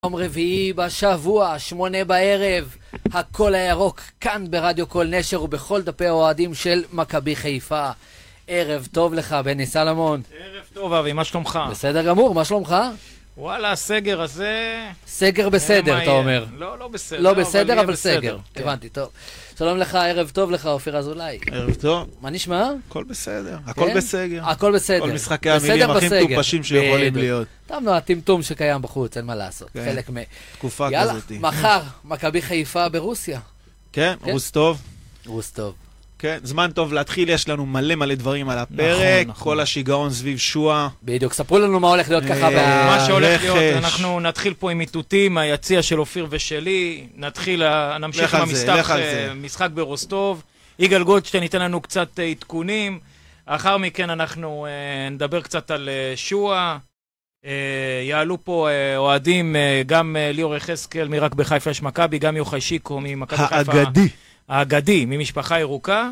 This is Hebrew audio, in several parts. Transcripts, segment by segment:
יום רביעי בשבוע, 8 בערב, הכל הירוק כאן ברדיו כל נשר ובכל דפי האוהדים של מכבי חיפה. ערב טוב לך בני סלמון. ערב טוב אבי, מה שלומך? בסדר גמור, מה שלומך? וואלה, הסגר הזה... סגר בסדר, אתה אומר. לא בסדר. לא בסדר, אבל בסדר. סגר. הבנתי, טוב. שלום לך, ערב טוב לך, אופיר אזולאי. ערב טוב. מה נשמע? הכל בסדר, הכל בסגר. הכל בסדר. כל משחקי המילים הכי מטופשים שיכולים להיות. טוב, הטמטום שקיים בחוץ, אין מה לעשות. חלק מ... תקופה יאללה, כזאת. מחר, מכבי חיפה ברוסיה. כן, רוס טוב. רוס טוב. כן, זמן טוב להתחיל, יש לנו מלא דברים על הפרק, נכון. כל השיגעון סביב שואה. בדיוק, ספרו לנו מה הולך להיות ככה מה שהולך רכש. להיות, אנחנו נתחיל פה עם איתותים, היציע של אופיר ושלי, נמשיך עם המשחק ברוסטוב, יגאל גולדשטיין ייתן לנו קצת עדכונים, אחר מכן אנחנו נדבר קצת על שואה, יעלו פה אוהדים, גם ליאור יחזקאל מרק בחיפה יש מכבי, גם יוחאי שיקו ממכבי חיפה. האגדי, ממשפחה ירוקה.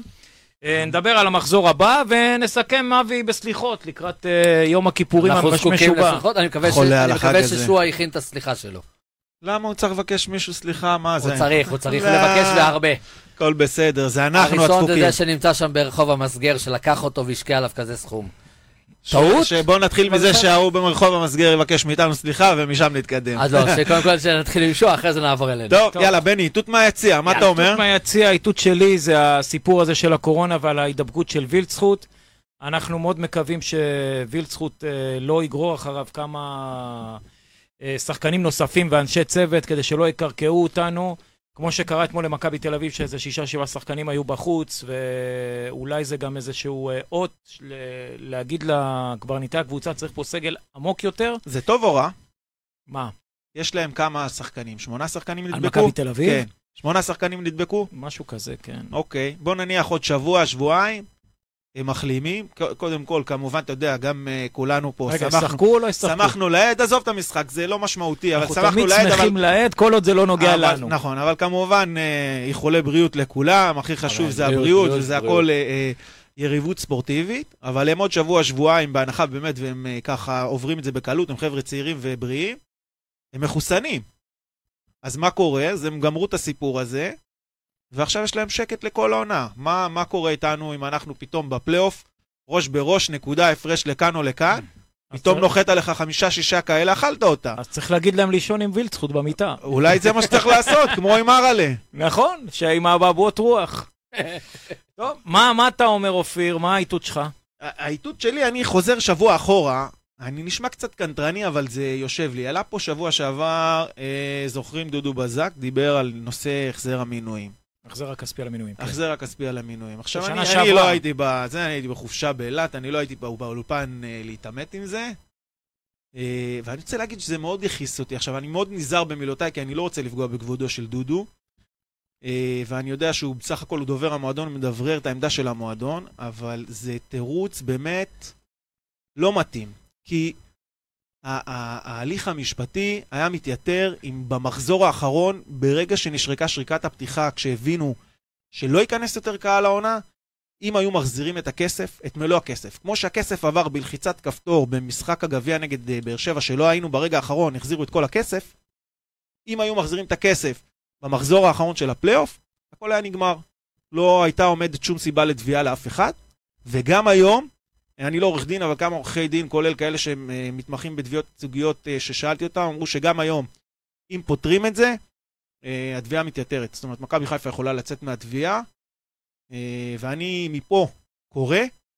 נדבר על המחזור הבא, ונסכם אבי בסליחות, לקראת יום הכיפורים המשמש ובא. אני מקווה ששואה יכין את הסליחה שלו. למה הוא צריך לבקש מישהו סליחה? מה זה? הוא צריך לבקש והרבה. הכל בסדר, זה אנחנו הראשון הדפוקים. זה שנמצא שם ברחוב המסגר, שלקח אותו והשקיע עליו כזה סכום. טעות? בואו נתחיל מזה שההוא במרחוב המסגר יבקש מאיתנו סליחה, ומשם נתקדם. אז לא, שקודם כל שנתחיל עם שואה, אחרי זה נעבור אלינו. טוב, יאללה, בני, איתות מהיציע, מה אתה אומר? איתות מהיציע, האיתות שלי זה הסיפור הזה של הקורונה ועל ההידבקות של וילצחוט. אנחנו מאוד מקווים שווילצחוט לא יגרור אחריו כמה שחקנים נוספים ואנשי צוות, כדי שלא יקרקעו אותנו. כמו שקרה אתמול למכבי תל אביב, שאיזה 6-7 שחקנים היו בחוץ, ואולי זה גם איזשהו אות להגיד לקברניטי הקבוצה, צריך פה סגל עמוק יותר. זה טוב או רע? מה? יש להם כמה שחקנים? 8 שחקנים על נדבקו? מכבי תל אביב? כן. 8 שחקנים נדבקו? משהו כזה, כן. אוקיי. בוא נניח עוד שבוע, שבועיים. הם מחלימים. קודם כל, כמובן, אתה יודע, גם כולנו פה רגע, שחקו או לא שחקו? שמחנו לעד, עזוב את המשחק, זה לא משמעותי, אבל שמחנו אנחנו לעד. תמיד שמחים לעד, כל עוד זה לא נוגע לנו. נכון, אבל כמובן, איחולי בריאות לכולם, הכי חשוב זה הבריאות, וזה הכל יריבות ספורטיבית, אבל הם עוד שבוע, שבועיים, בהנחה באמת, והם ככה עוברים את זה בקלות, הם חבר'ה צעירים ובריאים, הם מחוסנים. אז מה קורה? אז הם גמרו את הסיפור הזה, ועכשיו יש להם שקט לכל העונה. מה קורה איתנו אם אנחנו פתאום בפלייאוף, ראש בראש, נקודה, הפרש לכאן או לכאן, פתאום נוחת עליך 5-6 כאלה, אכלת אותה. אז צריך להגיד להם לישון עם וילצחוט במיטה. אולי זה מה שצריך לעשות, כמו עם ארלה. נכון, שעם אבעבועות רוח. טוב, מה אתה אומר אופיר? מה האיתות שלך? האיתות שלי, אני חוזר שבוע אחורה, אני נשמע קצת קנטרני, אבל זה יושב לי. עלה פה שבוע שעבר, זוכרים דודו בזק, דיבר על נושא החזר המינויים. החזר הכספי על המינויים. החזר הכספי על המינויים. עכשיו, שנה אני שעברה. לא הייתי אני הייתי בחופשה באילת, אני לא הייתי באולפן להתעמת עם זה. ואני רוצה להגיד שזה מאוד יכיס אותי. עכשיו, אני מאוד נזהר במילותיי, כי אני לא רוצה לפגוע בכבודו של דודו. ואני יודע שהוא בסך הכל הוא דובר המועדון, מדברר את העמדה של המועדון, אבל זה תירוץ באמת לא מתאים. כי ההליך המשפטי היה מתייתר אם במחזור האחרון, ברגע שנשרקה שריקת הפתיחה, כשהבינו שלא ייכנס יותר קהל העונה, אם היו מחזירים את הכסף, את מלוא הכסף. כמו שהכסף עבר בלחיצת כפתור במשחק הגביע נגד באר שבע, שלא היינו ברגע האחרון, החזירו את כל הכסף, אם היו מחזירים את הכסף במחזור האחרון של הפלייאוף, הכל היה נגמר. לא הייתה עומדת שום סיבה לתביעה לאף אחד, וגם היום, אני לא עורך דין, אבל כמה עורכי דין, כולל כאלה שמתמחים בתביעות ייצוגיות ששאלתי אותם, אמרו שגם היום, אם פותרים את זה, התביעה מתייתרת. זאת אומרת, מכבי חיפה יכולה לצאת מהתביעה, ואני מפה קורא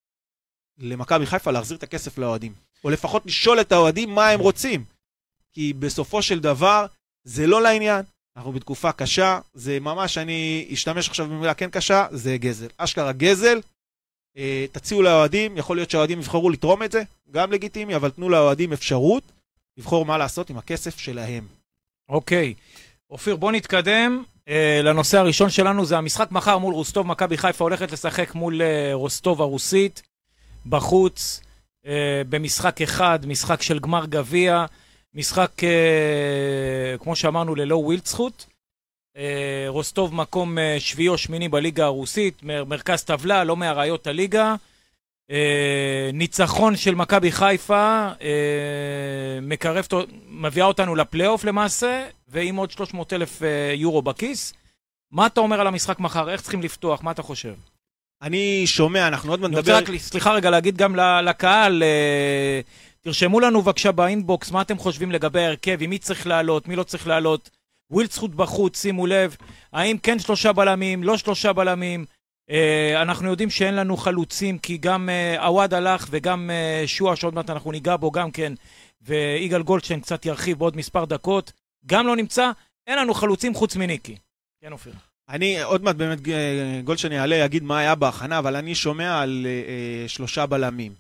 למכבי חיפה להחזיר את הכסף לאוהדים. או לפחות לשאול את האוהדים מה הם רוצים. כי בסופו של דבר, זה לא לעניין. אנחנו בתקופה קשה, זה ממש, אני אשתמש עכשיו במילה כן קשה, זה גזל. אשכרה גזל, תציעו לאוהדים, יכול להיות שהאוהדים יבחרו לתרום את זה, גם לגיטימי, אבל תנו לאוהדים אפשרות לבחור מה לעשות עם הכסף שלהם. אוקיי, אופיר, בוא נתקדם לנושא הראשון שלנו, זה המשחק מחר מול רוסטוב, מכבי חיפה הולכת לשחק מול רוסטוב הרוסית, בחוץ, במשחק אחד, משחק של גמר גביע, משחק, כמו שאמרנו, ללא וילצחוט, רוסטוב מקום שביעי או שמיני בליגה הרוסית, מרכז טבלה, לא מהראיות הליגה, ניצחון של מכבי חיפה מביאה אותנו לפלייאוף למעשה, ועם עוד 300,000 יורו בכיס. מה אתה אומר על המשחק מחר? איך צריכים לפתוח? מה אתה חושב? אני שומע, אנחנו עוד מדבר... אני רוצה רק, סליחה רגע, להגיד גם לקהל, תרשמו לנו בבקשה באינבוקס, מה אתם חושבים לגבי ההרכב, עם מי צריך לעלות, מי לא צריך לעלות, ווילד זכות בחוץ, שימו לב, האם כן 3 בלמים, לא 3 בלמים, אנחנו יודעים שאין לנו חלוצים, כי גם עווד הלך וגם שועה, שעוד מעט אנחנו ניגע בו גם כן, ויגאל גולדשטיין קצת ירחיב בעוד מספר דקות, גם לא נמצא, אין לנו חלוצים חוץ מניקי. כן, אופיר. אני עוד מעט באמת גולדשטיין יעלה, יגיד מה היה בהכנה, אבל אני שומע על 3 בלמים.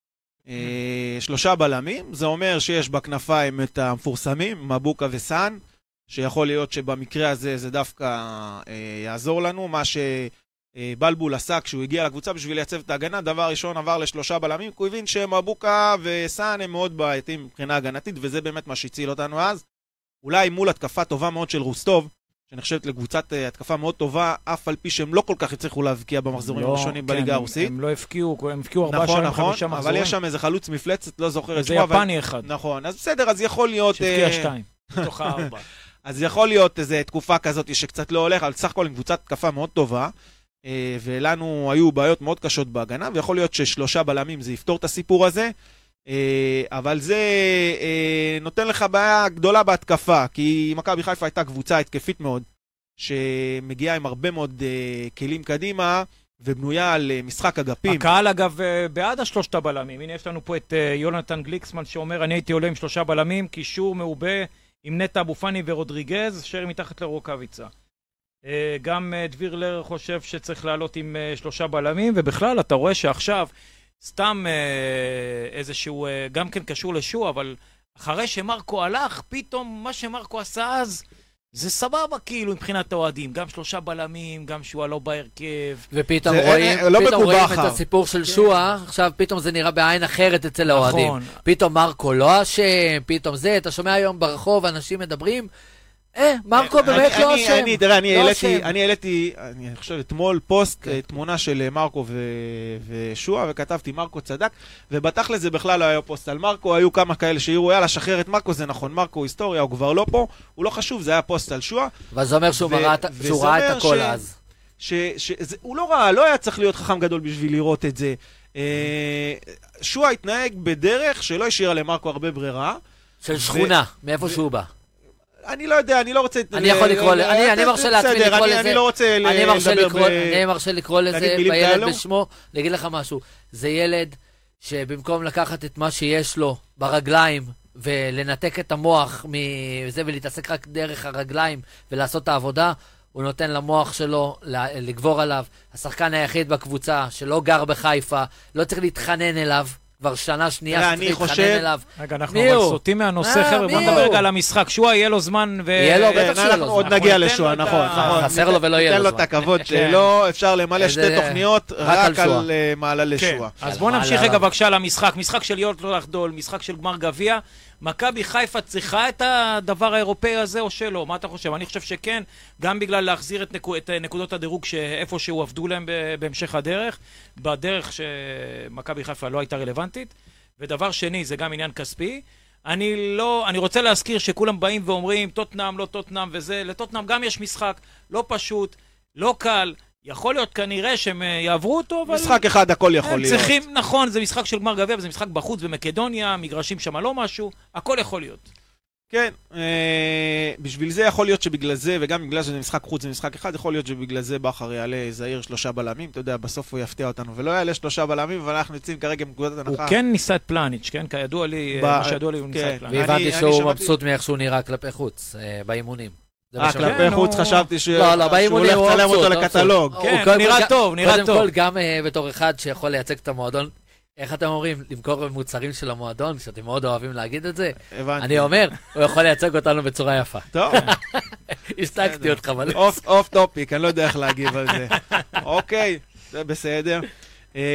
3 בלמים, זה אומר שיש בכנפיים את המפורסמים, מבוקה וסן, שיכול להיות שבמקרה הזה זה דווקא יעזור לנו, מה שבלבול עשה כשהוא הגיע לקבוצה בשביל לייצב את ההגנה, דבר ראשון עבר ל3 בלמים, כי הוא הבין שמבוקה וסן הם מאוד בעייתים מבחינה הגנתית, וזה באמת מה שהציל אותנו אז. אולי מול התקפה טובה מאוד של רוסטוב, שנחשבת לקבוצת התקפה מאוד טובה, אף על פי שהם לא כל כך הצליחו להבקיע במחזורים הראשונים בליגה הרוסית. הם לא הפקיעו, הם הפקיעו 4 שנים, 5 מחזורים. אבל יש שם איזה חלוץ מפלצת, לא זוכר את שמו. זה יפני אחד. נכון, אז בסדר, אז יכול להיות... שהבקיע 2, מתוך 4. אז יכול להיות איזו תקופה כזאת שקצת לא הולך, אבל סך הכל עם קבוצת התקפה מאוד טובה, ולנו היו בעיות מאוד קשות בהגנה, ויכול להיות ש3 בלמים זה יפתור את הסיפור הזה, אבל זה נותן לך בעיה גדולה בהתקפה, כי מכבי חיפה הייתה קבוצה התקפית מאוד, שמגיעה עם הרבה מאוד כלים קדימה, ובנויה על משחק אגפים. הקהל אגב בעד 3 בלמים, הנה יש לנו פה את יונתן גליקסמן שאומר, אני הייתי עולה עם 3 בלמים, קישור מעובה עם נטע אבו פני ורודריגז, שרי מתחת לרוקאביצה. גם דבירלר חושב שצריך לעלות עם 3 בלמים, ובכלל אתה רואה שעכשיו, סתם איזשהו, גם כן קשור לשוע, אבל אחרי שמרקו הלך, פתאום מה שמרקו עשה אז, זה סבבה כאילו מבחינת האוהדים, גם 3 בלמים, גם שועה לא בהרכב. ופתאום רואים את הסיפור של שועה, עכשיו פתאום זה נראה בעין אחרת אצל האוהדים. פתאום מרקו לא אשם, פתאום זה, אתה שומע היום ברחוב, אנשים מדברים, מרקו באמת לא אשם. אני העליתי, אני חושב, אתמול פוסט, תמונה של מרקו ושועה, וכתבתי מרקו צדק, ובתכל'ס זה בכלל לא היה פוסט על מרקו, היו כמה כאלה שיראו, יאללה, שחרר את מרקו, זה נכון, מרקו היסטוריה, הוא כבר לא פה, הוא לא חשוב, זה היה פוסט על שועה. וזה אומר שהוא ראה את הכל אז. הוא לא ראה, לא היה צריך להיות חכם גדול בשביל לראות את זה. שועה התנהג בדרך שלא השאירה למרקו הרבה ברירה. של שכונה, מאיפה שהוא בא. אני לא יודע, אני לא רוצה... אני יכול לקרוא לזה, אני מרשה לעצמי לקרוא לזה. אני לא רוצה לדבר אני מרשה לקרוא לזה בילד בשמו, להגיד לך משהו. זה ילד שבמקום לקחת את מה שיש לו ברגליים ולנתק את המוח מזה ולהתעסק רק דרך הרגליים ולעשות את העבודה, הוא נותן למוח שלו לגבור עליו. השחקן היחיד בקבוצה שלא גר בחיפה, לא צריך להתחנן אליו. כבר שנה שנייה שצריך להתחנן אליו. רגע, אנחנו אבל סוטים מהנושא אחר, בוא נדבר רגע על המשחק. שועה יהיה לו זמן יהיה לו, בטח שיהיה לו זמן. עוד נגיע לשועה, נכון. חסר לו ולא יהיה לו זמן. תן לו את הכבוד שלו, אפשר למלא 2 תוכניות רק על מעלה לשועה. אז בוא נמשיך רגע בבקשה למשחק. משחק של להיות לא לחדול, משחק של גמר גביע. מכבי חיפה צריכה את הדבר האירופאי הזה או שלא? מה אתה חושב? אני חושב שכן, גם בגלל להחזיר את נקודות הדירוג שאיפה שהוא עבדו להם בהמשך הדרך, בדרך שמכבי חיפה לא הייתה רלוונטית. ודבר שני, זה גם עניין כספי. אני רוצה להזכיר שכולם באים ואומרים, טוטנאם, לא טוטנאם וזה, לטוטנאם גם יש משחק לא פשוט, לא קל, יכול להיות כנראה שהם יעברו אותו, אבל... משחק אחד הכל יכול להיות. צריכים, נכון, זה משחק של גמר גביע, וזה משחק בחוץ במקדוניה, מגרשים שם לא משהו, הכל יכול להיות. כן, בשביל זה יכול להיות שבגלל זה, וגם בגלל שזה משחק חוץ ומשחק אחד, יכול להיות שבגלל זה בכר יעלה זהיר 3 בלמים, אתה יודע, בסוף הוא יפתיע אותנו, ולא יעלה 3 בלמים, אבל אנחנו יוצאים כרגע מנקודת הנחה. הוא כן ניסה את פלניץ', כן? כידוע לי, מה שידוע לי הוא ניסה את פלניץ'. והבנתי שהוא מבסוט מאיך שהוא נראה כלפי חוץ, באימונים. כלפי חוץ חשבתי שהוא הולך לצלם אותו לקטלוג. כן, נראה טוב, נראה טוב. קודם כל, גם בתור אחד שיכול לייצג את המועדון, איך אתם אומרים? למכור מוצרים של המועדון, שאתם מאוד אוהבים להגיד את זה? אני אומר, הוא יכול לייצג אותנו בצורה יפה. טוב. השתקתי אותך, אבל... אוף טופיק, אני לא יודע איך להגיב על זה. אוקיי, זה בסדר.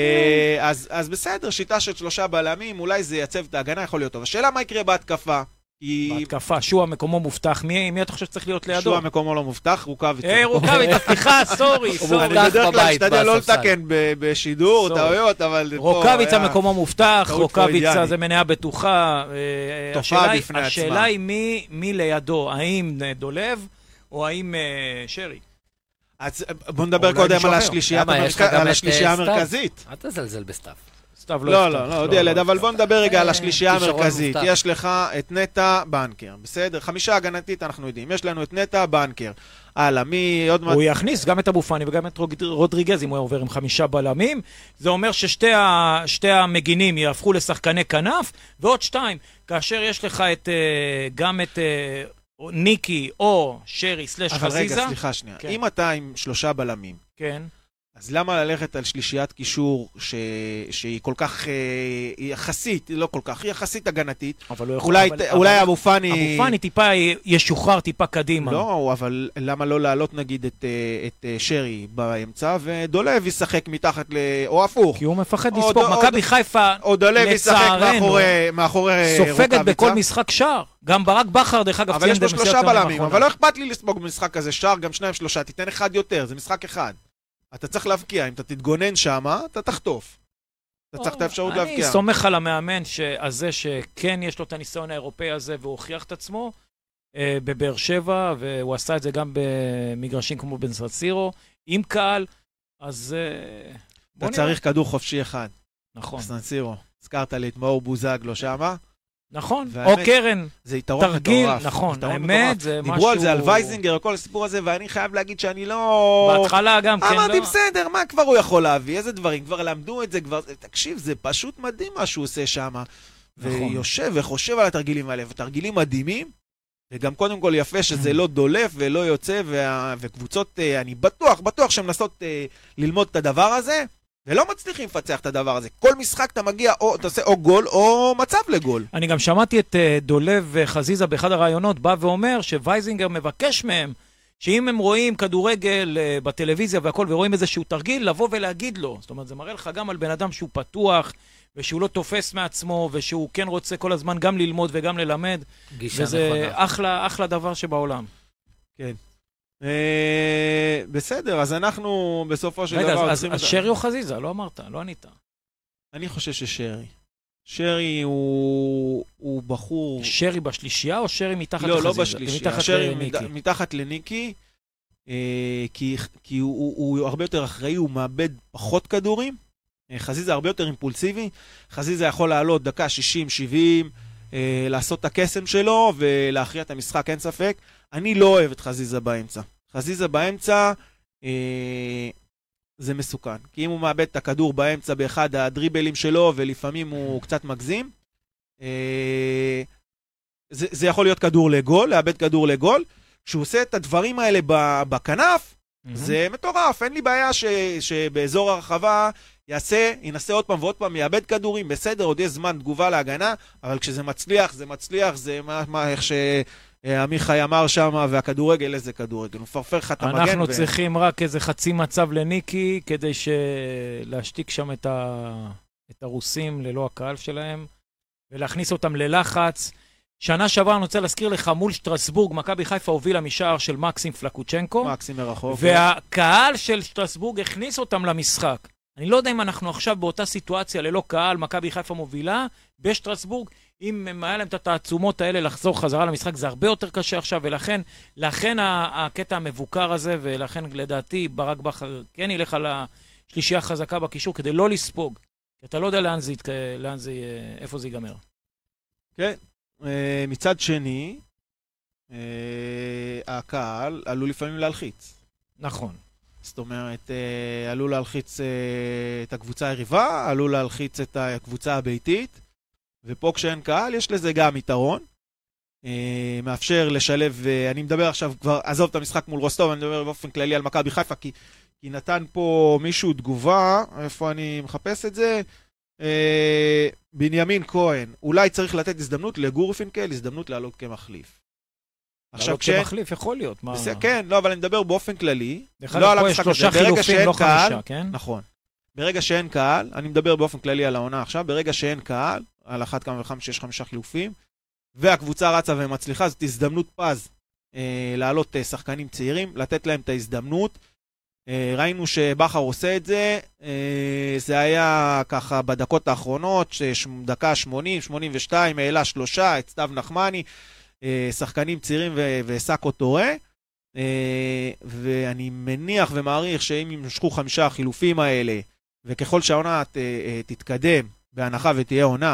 אז בסדר, שיטה של 3 בלמים, אולי זה ייצב את ההגנה, יכול להיות טוב. השאלה מה יקרה בהתקפה? בהתקפה, שועה מקומו מובטח, מי אתה חושב שצריך להיות לידו? שועה מקומו לא מובטח, רוקאביץ. רוקאביץ, סליחה, סורי. אני בדרך כלל משתדל לא לתקן בשידור, טעויות, אבל... רוקאביץ המקומו מובטח, רוקאביץ זה מניה בטוחה. תופעה בפני עצמה. השאלה היא מי לידו, האם דולב או האם שרי? אז בוא נדבר קודם על השלישייה המרכזית. אל תזלזל בסתיו. לא, עוד ילד, אבל בוא נדבר רגע על השלישייה המרכזית. יש לך את נטע בנקר, בסדר? 5 הגנתית אנחנו יודעים. יש לנו את נטע בנקר. הלאה, מי עוד... הוא יכניס גם את אבו פאני וגם את רודריגז אם הוא עובר עם 5 בלמים. זה אומר ששתי המגינים יהפכו לשחקני כנף, ועוד 2. כאשר יש לך גם את ניקי או שרי סלש חזיזה. אבל רגע, סליחה שנייה. אם אתה עם 3 בלמים. כן. אז למה ללכת על שלישיית קישור שהיא כל כך יחסית, לא כל כך, היא יחסית הגנתית? אולי אבו פאני... אבו פאני טיפה ישוחרר טיפה קדימה. לא, אבל למה לא לעלות נגיד את שרי באמצע, ודולב ישחק מתחת או הפוך? כי הוא מפחד לספוג. מכבי חיפה, או דולב ישחק מאחורי סופגת בכל משחק שער. גם ברק בכר, דרך אגב, אבל יש לו 3 בלמים, אבל לא אכפת לי לספוג במשחק הזה שער, גם 2-3, תיתן 1 יותר, זה משחק אחד. אתה צריך להבקיע, אם אתה תתגונן שם, אתה תחטוף. אתה צריך את האפשרות להבקיע. אני סומך על המאמן הזה שכן יש לו את הניסיון האירופאי הזה, והוא הוכיח את עצמו בבאר שבע, והוא עשה את זה גם במגרשים כמו בסן סירו, עם קהל, אז... אתה צריך כדור חופשי אחד. נכון. בסן סירו. הזכרת לי את מאור בוזגלו שמה. נכון, או קרן, זה יתרון מטורף. נכון, האמת זה משהו... דיברו על זה, על וייזינגר, כל הסיפור הזה, ואני חייב להגיד שאני לא... בהתחלה גם כן לא... אמרתי בסדר, מה כבר הוא יכול להביא? איזה דברים? כבר למדו את זה, כבר... תקשיב, זה פשוט מדהים מה שהוא עושה שם. ויושב וחושב על התרגילים האלה, ותרגילים מדהימים, וגם קודם כל יפה שזה לא דולף ולא יוצא, וקבוצות, אני בטוח שהן מנסות ללמוד את הדבר הזה, ולא מצליחים לפצח את הדבר הזה. כל משחק אתה מגיע, אתה עושה או גול או מצב לגול. אני גם שמעתי את דולב חזיזה באחד הרעיונות, בא ואומר שווייזינגר מבקש מהם, שאם הם רואים כדורגל בטלוויזיה והכל, ורואים איזשהו תרגיל, לבוא ולהגיד לו. זאת אומרת, זה מראה לך גם על בן אדם שהוא פתוח, ושהוא לא תופס מעצמו, ושהוא כן רוצה כל הזמן גם ללמוד וגם ללמד. וזה אחלה דבר שבעולם. כן. בסדר, אז אנחנו בסופו של דבר... רגע, אז שרי או חזיזה? לא אמרת, לא ענית. אני חושב ששרי. שרי הוא בחור... שרי בשלישייה או שרי מתחת לחזיזה? לא בשלישייה, שרי מתחת לניקי, כי הוא הרבה יותר אחראי, הוא מאבד פחות כדורים. חזיזה הרבה יותר אימפולסיבי. חזיזה יכול לעלות דקה 60-70, לעשות את הקסם שלו ולהכריע את המשחק, אין ספק. אני לא אוהב את חזיזה באמצע. חזיזה באמצע זה מסוכן. כי אם הוא מאבד את הכדור באמצע באחד הדריבלים שלו, ולפעמים הוא קצת מגזים, זה יכול להיות כדור לגול, לאבד כדור לגול. כשהוא עושה את הדברים האלה בכנף, זה מטורף. אין לי בעיה שבאזור הרחבה ינסה עוד פעם ועוד פעם, יאבד כדורים, בסדר, עוד יש זמן תגובה להגנה, אבל כשזה מצליח, זה איך שעמיחי אמר שם, והכדורגל, איזה כדורגל, הוא מפרפר לך את המגן. אנחנו צריכים רק איזה חצי מצב לניקי, כדי להשתיק שם את הרוסים ללא הקהל שלהם, ולהכניס אותם ללחץ. שנה שעברה אני רוצה להזכיר לך, מול שטרסבורג, מכבי חיפה הובילה משער של מקסים פלקוצ'נקו, מקסים מרחוק, והקהל של שטרסבורג הכניס אותם למשחק. אני לא יודע אם אנחנו עכשיו באותה סיטואציה ללא קהל, מכבי חיפה מובילה בשטרסבורג, אם היה להם את התעצומות האלה לחזור חזרה למשחק, זה הרבה יותר קשה עכשיו, ולכן הקטע המבוקר הזה, ולכן לדעתי ברק בכר כן ילך על השלישייה חזקה בקישור, כדי לא לספוג, כי אתה לא יודע איפה זה ייגמר. כן, מצד שני, הקהל עלול לפעמים להלחיץ. נכון. זאת אומרת, עלול להלחיץ את הקבוצה היריבה, עלול להלחיץ את הקבוצה הביתית, ופה כשאין קהל יש לזה גם יתרון. מאפשר לשלב, אני מדבר עכשיו כבר, עזוב את המשחק מול רוסטוב, אני מדבר באופן כללי על מכבי חיפה, כי נתן פה מישהו תגובה, איפה אני מחפש את זה? בנימין כהן, אולי צריך לתת הזדמנות לגור פינקל, הזדמנות לעלות כמחליף. עכשיו כמחליף יכול להיות. כן, לא, אבל אני מדבר באופן כללי. לא על המשחק הזה. ברגע שאין קהל, נכון. ברגע שאין קהל, אני מדבר באופן כללי על העונה עכשיו, ברגע שאין קהל, על אחת כמה וכמה שיש 5 חילופים, והקבוצה רצה ומצליחה, זאת הזדמנות פז לעלות שחקנים צעירים, לתת להם את ההזדמנות. ראינו שבחר עושה את זה, זה היה ככה בדקות האחרונות, דקה 80, 82, העלה 3, את סתיו נחמני, שחקנים צעירים וסאקו טורה, ואני מניח ומעריך שאם ימשכו 5 החילופים האלה, וככל שהעונה תתקדם בהנחה ותהיה עונה,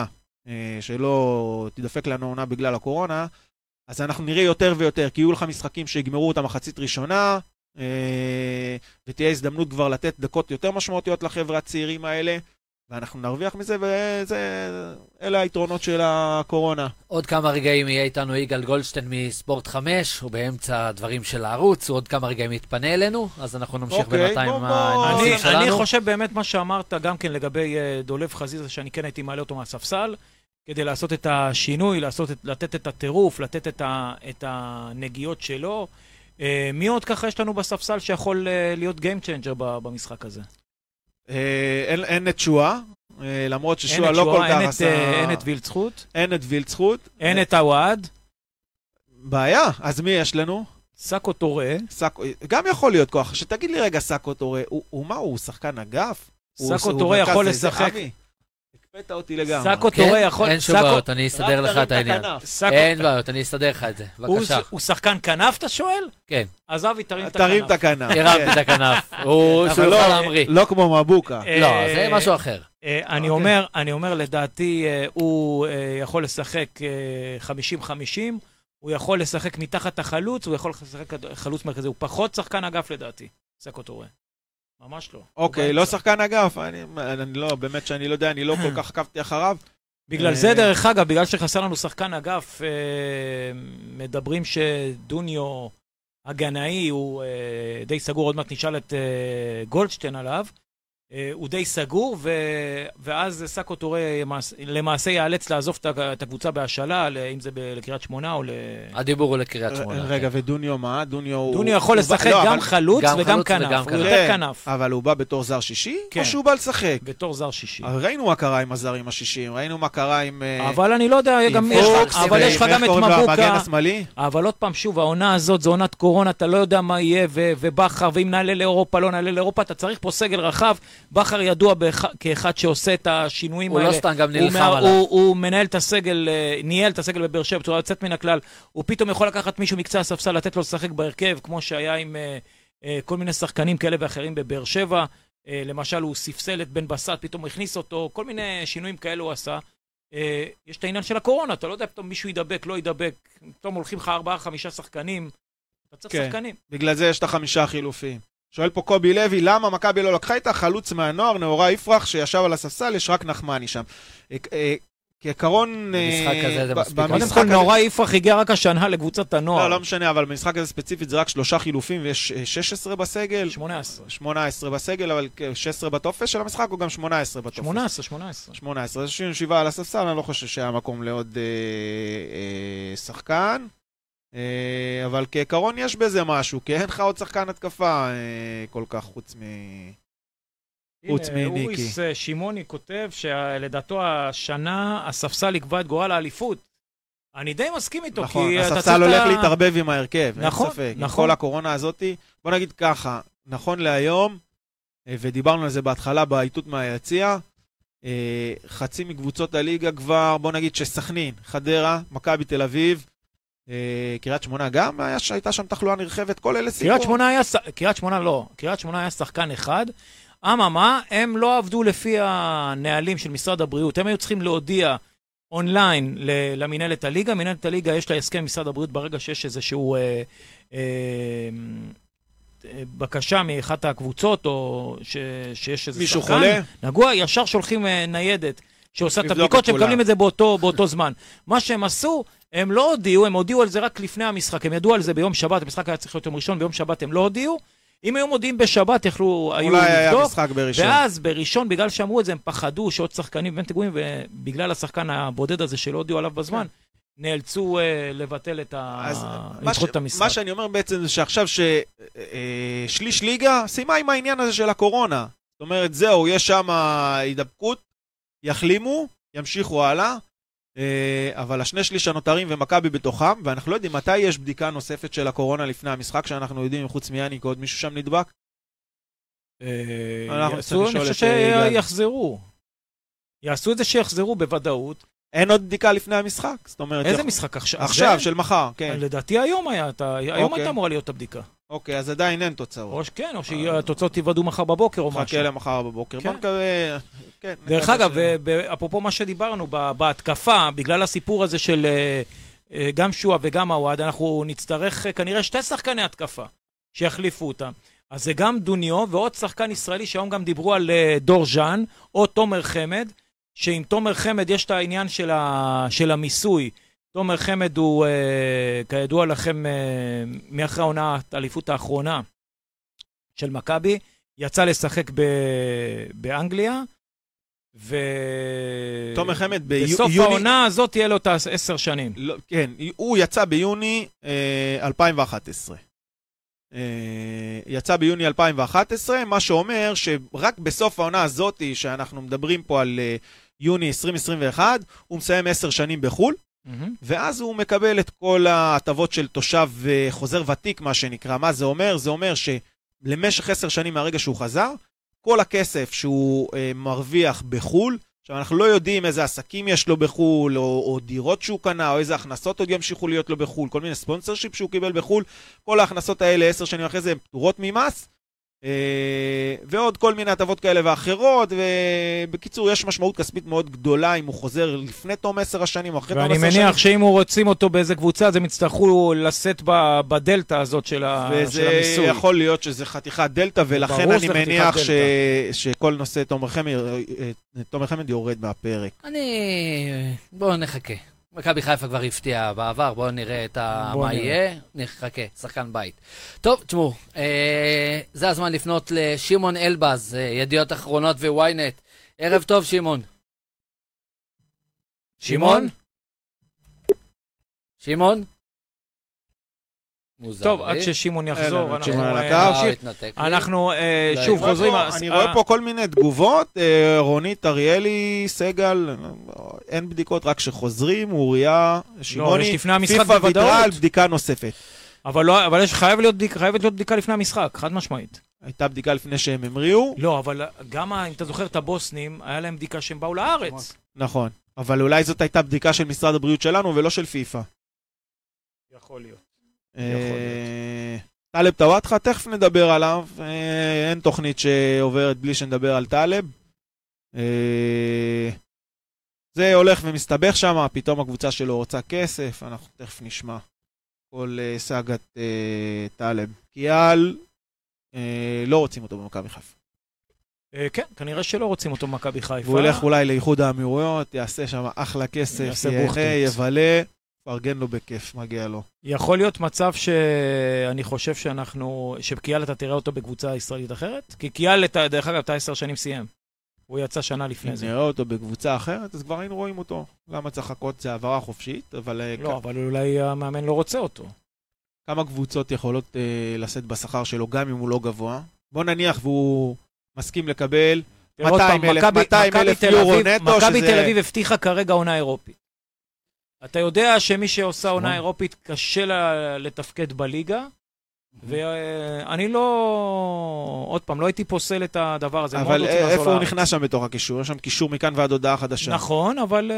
שלא תדפק לנו עונה בגלל הקורונה, אז אנחנו נראה יותר ויותר, כי יהיו לך משחקים שיגמרו אותה מחצית ראשונה, ותהיה הזדמנות כבר לתת דקות יותר משמעותיות לחבר'ה הצעירים האלה, ואנחנו נרוויח מזה, ואלה היתרונות של הקורונה. עוד כמה רגעים יהיה איתנו יגאל גולדשטיין מספורט 5, הוא באמצע הדברים של הערוץ, הוא עוד כמה רגעים יתפנה אלינו, אז אנחנו נמשיך בינתיים עם הנושאים שלנו. אני חושב באמת מה שאמרת, גם כן לגבי דולב חזיזה, שאני כן הייתי מעלה אותו מהספסל, כדי לעשות את השינוי, לתת את הטירוף, לתת את הנגיעות שלו. מי עוד ככה יש לנו בספסל שיכול להיות Game Changer במשחק הזה? אין את שואה, למרות ששואה לא כל כך עשה... אין את וילצחוט. אין את וילצחוט. אין את הוואד. בעיה, אז מי יש לנו? סאקו טורה. גם יכול להיות כוח, שתגיד לי רגע סאקו טורה, הוא מה, הוא שחקן אגף? סאקו טורה יכול לשחק. הקפאת אותי לגמרי. סאקו טורה יכול... אין שום בעיות, אני אסדר לך את העניין. אין בעיות, אני אסדר לך את זה. בבקשה. הוא שחקן כנף, אתה שואל? כן. אז אבי, תרים את הכנף. הרמתי את הכנף. הוא שולחה להמריא. לא כמו מבוקה. לא, זה משהו אחר. אני אומר, לדעתי, הוא יכול לשחק 50-50, הוא יכול לשחק מתחת החלוץ, הוא יכול לשחק חלוץ מרכזי, הוא פחות שחקן אגף לדעתי, סאקו טורה. ממש לא. אוקיי, לא שחקן אגף, אני לא, באמת שאני לא יודע, אני לא כל כך עקבתי אחריו. בגלל זה דרך אגב, בגלל שחסר לנו שחקן אגף, מדברים שדוניו הגנאי הוא די סגור, עוד מעט נשאל את גולדשטיין עליו, הוא די סגור, ואז סאקו טורה למעשה יאלץ לעזוב את הקבוצה בהשאלה, אם זה לקריית שמונה או הדיבור הוא לקריית שמונה. רגע, ודוניו מה? דוניו יכול לשחק גם חלוץ וגם כנף, הוא יותר כנף. אבל הוא בא בתור זר שישי? או שהוא בא לשחק? בתור זר שישי. ראינו מה קרה עם הזרים השישיים, ראינו מה קרה עם... אבל אני לא יודע, אבל יש לך גם את מבוקה. אבל עוד פעם, שוב, העונה הזאת זו עונת קורונה, אתה לא יודע מה יהיה, ובחר, ואם נעלה לאירופה, לא נעלה לאירופה, אתה צריך פה סגל רחב. בחר ידוע כאחד שעושה את השינויים האלה. הוא לא סתם גם נלחם עליו. הוא מנהל את הסגל, ניהל את הסגל בבאר שבע בצורה יוצאת מן הכלל. הוא פתאום יכול לקחת מישהו מקצה הספסל, לתת לו לשחק בהרכב, כמו שהיה עם כל מיני שחקנים כאלה ואחרים בבאר שבע. למשל, הוא ספסל את בן בסט, פתאום הוא הכניס אותו, כל מיני שינויים כאלה הוא עשה. יש את העניין של הקורונה, אתה לא יודע, פתאום מישהו ידבק, לא ידבק, פתאום הולכים לך 4-5 שחקנים. אתה צריך שחקנים. בגלל זה יש את 5 חילופים. שואל פה קובי לוי, למה מכבי לא לקחה איתה חלוץ מהנוער, נאורה יפרח, שישב על הספסל, יש רק נחמני שם. כעקרון... במשחק הזה זה מספיק. קודם כל, נאורה יפרח הגיע רק השנה לקבוצת הנוער. לא משנה, אבל במשחק הזה ספציפית זה רק 3 חילופים, ויש 16 בסגל. 18 בסגל, אבל 16 בטופס של המשחק, או גם 18 בטופס? 18. אז 67 על הספסל, אני לא חושב שהיה מקום לעוד שחקן. אבל כעקרון יש בזה משהו, כי אין לך עוד שחקן התקפה כל כך חוץ מניקי. אוריס שימוני כותב שלדעתו השנה הספסל יקבע את גורל האליפות. אני די מסכים איתו, נכון, כי הספסל הולך להתערבב עם ההרכב, נכון, אין ספק. נכון. עם כל הקורונה הזאת, בוא נגיד ככה, נכון להיום, ודיברנו על זה בהתחלה בעיתות מהיציע, חצי מקבוצות הליגה כבר, בוא נגיד שסכנין, חדרה, מכבי תל אביב, קריית שמונה גם הייתה שם תחלואה נרחבת, כל אלה סיפור. קריית שמונה היה שחקן אחד, אממה, הם לא עבדו לפי הנהלים של משרד הבריאות, הם היו צריכים להודיע אונליין למנהלת הליגה, מנהלת הליגה יש לה הסכם משרד הבריאות ברגע שיש איזשהו בקשה מאחת הקבוצות, או שיש איזה מישהו שחקן, חולה? נגוע, ישר שולחים ניידת שעושה את הבדיקות, שמקבלים את זה באותו זמן. מה שהם עשו, הם לא הודיעו, הם הודיעו על זה רק לפני המשחק, הם ידעו על זה ביום שבת, המשחק היה צריך להיות יום ראשון, ביום שבת הם לא הודיעו, אם היו מודיעים בשבת, היו לבדוק, ואז בראשון, בגלל שאמרו את זה, הם פחדו שעוד שחקנים ובנתגועים, ובגלל השחקן הבודד הזה שלא הודיעו עליו בזמן, נאלצו לבטל את המשחק. מה שאני אומר בעצם זה שעכשיו ששליש ליגה סיימה עם העניין הזה של הקורונה. זאת אומרת, זהו, יש שם הידבקות, יחלימו, ימשיכו הלאה, אבל השני שליש הנותרים ומכבי בתוכם, ואנחנו לא יודעים מתי יש בדיקה נוספת של הקורונה לפני המשחק, שאנחנו יודעים חוץ מיאניק עוד מישהו שם נדבק. אני חושב שיחזרו. יעשו את זה שיחזרו בוודאות. אין עוד בדיקה לפני המשחק? זאת אומרת... איזה משחק עכשיו? עכשיו, של מחר, כן. לדעתי היום הייתה אמורה להיות הבדיקה. אוקיי, אז עדיין אין תוצאות. או שהתוצאות יוודאו מחר בבוקר או משהו. חכה למחר בבוקר. בוא נקווה... דרך אגב, אפרופו מה שדיברנו, בהתקפה, בגלל הסיפור הזה של גם שועה וגם הוואד, אנחנו נצטרך כנראה 2 שחקני התקפה שיחליפו אותם. אז זה גם דוניו ועוד שחקן ישראלי שהיום גם דיברו על דור ז'אן או תומר חמד, שעם תומר חמד יש את העניין של המיסוי. תומר חמד הוא, כידוע לכם, מאחרי העונה, האליפות האחרונה של מכבי, יצא לשחק באנגליה, תומר חמד בסוף העונה הזאת תהיה לו את 10 שנים. כן, הוא יצא ביוני 2011. יצא ביוני 2011, מה שאומר שרק בסוף העונה הזאת, שאנחנו מדברים פה על יוני 2021, הוא מסיים 10 שנים בחול, ואז הוא מקבל את כל ההטבות של תושב חוזר ותיק, מה שנקרא. מה זה אומר? זה אומר שלמשך 10 שנים מהרגע שהוא חזר, כל הכסף שהוא מרוויח בחול, עכשיו אנחנו לא יודעים איזה עסקים יש לו בחול, או דירות שהוא קנה, או איזה הכנסות עוד ימשיכו להיות לו בחול, כל מיני ספונסרשיפ שהוא קיבל בחול, כל ההכנסות האלה 10 שנים אחרי זה הן פטורות ממס, ועוד כל מיני הטבות כאלה ואחרות, ובקיצור יש משמעות כספית מאוד גדולה אם הוא חוזר לפני תום 10 השנים או אחרי תום 10 שנים. ואני מניח שאם הוא רוצים אותו באיזה קבוצה, אז הם יצטרכו לשאת בדלטה הזאת של המיסוי. וזה יכול להיות שזה חתיכת דלטה, ולכן אני מניח שכל נושא תומר חמד יורד מהפרק. בואו נחכה. מכבי חיפה כבר הפתיע בעבר, בואו נראה מה יהיה, נחכה, שחקן בית. טוב, תשמעו, זה הזמן לפנות לשמעון אלבז, ידיעות אחרונות וויינט. ערב טוב, שמעון. שמעון? שמעון? טוב, עד ששימון יחזור, אנחנו שוב חוזרים. אני רואה פה כל מיני תגובות, רונית, אריאלי, סגל, אין בדיקות, רק שחוזרים, אוריה, שימוני, פיפה ויתרה על בדיקה נוספת. אבל חייבת להיות בדיקה לפני המשחק, חד משמעית. הייתה בדיקה לפני שהם המריאו. לא, אבל גם אם אתה זוכר את הבוסנים, היה להם בדיקה שהם באו לארץ. נכון, אבל אולי זאת הייתה בדיקה של משרד הבריאות שלנו ולא של פיפה. יכול להיות. טלב טוואטחה, תכף נדבר עליו, אין תוכנית שעוברת בלי שנדבר על טלב. זה הולך ומסתבך שם, פתאום הקבוצה שלו רוצה כסף, אנחנו תכף נשמע כל סאגת טלב. קיאל, לא רוצים אותו במכבי חיפה. כן, כנראה שלא רוצים אותו במכבי חיפה. הוא הולך אולי לאיחוד האמירויות, יעשה שם אחלה כסף, יהנה, יבלה. פרגן לו בכיף, מגיע לו. יכול להיות מצב שאני חושב שקיאל אתה תראה אותו בקבוצה ישראלית אחרת? כי קיאל, דרך אגב, אתה 10 שנים סיים. הוא יצא שנה לפני זה. נראה אותו בקבוצה אחרת, אז כבר היינו רואים אותו. למה צריך לחכות? זה העברה חופשית, אבל... לא, אבל אולי המאמן לא רוצה אותו. כמה קבוצות יכולות לשאת בשכר שלו, גם אם הוא לא גבוה? בוא נניח והוא מסכים לקבל 200,000 יורו נטו, מכבי תל אביב הבטיחה כרגע עונה אירופית. אתה יודע שמי שעושה עונה אירופית קשה לה לתפקד בליגה, ואני עוד פעם, לא הייתי פוסל את הדבר הזה. אבל איפה הוא נכנס שם בתוך הקישור? יש שם קישור מכאן ועד הודעה חדשה. נכון, אבל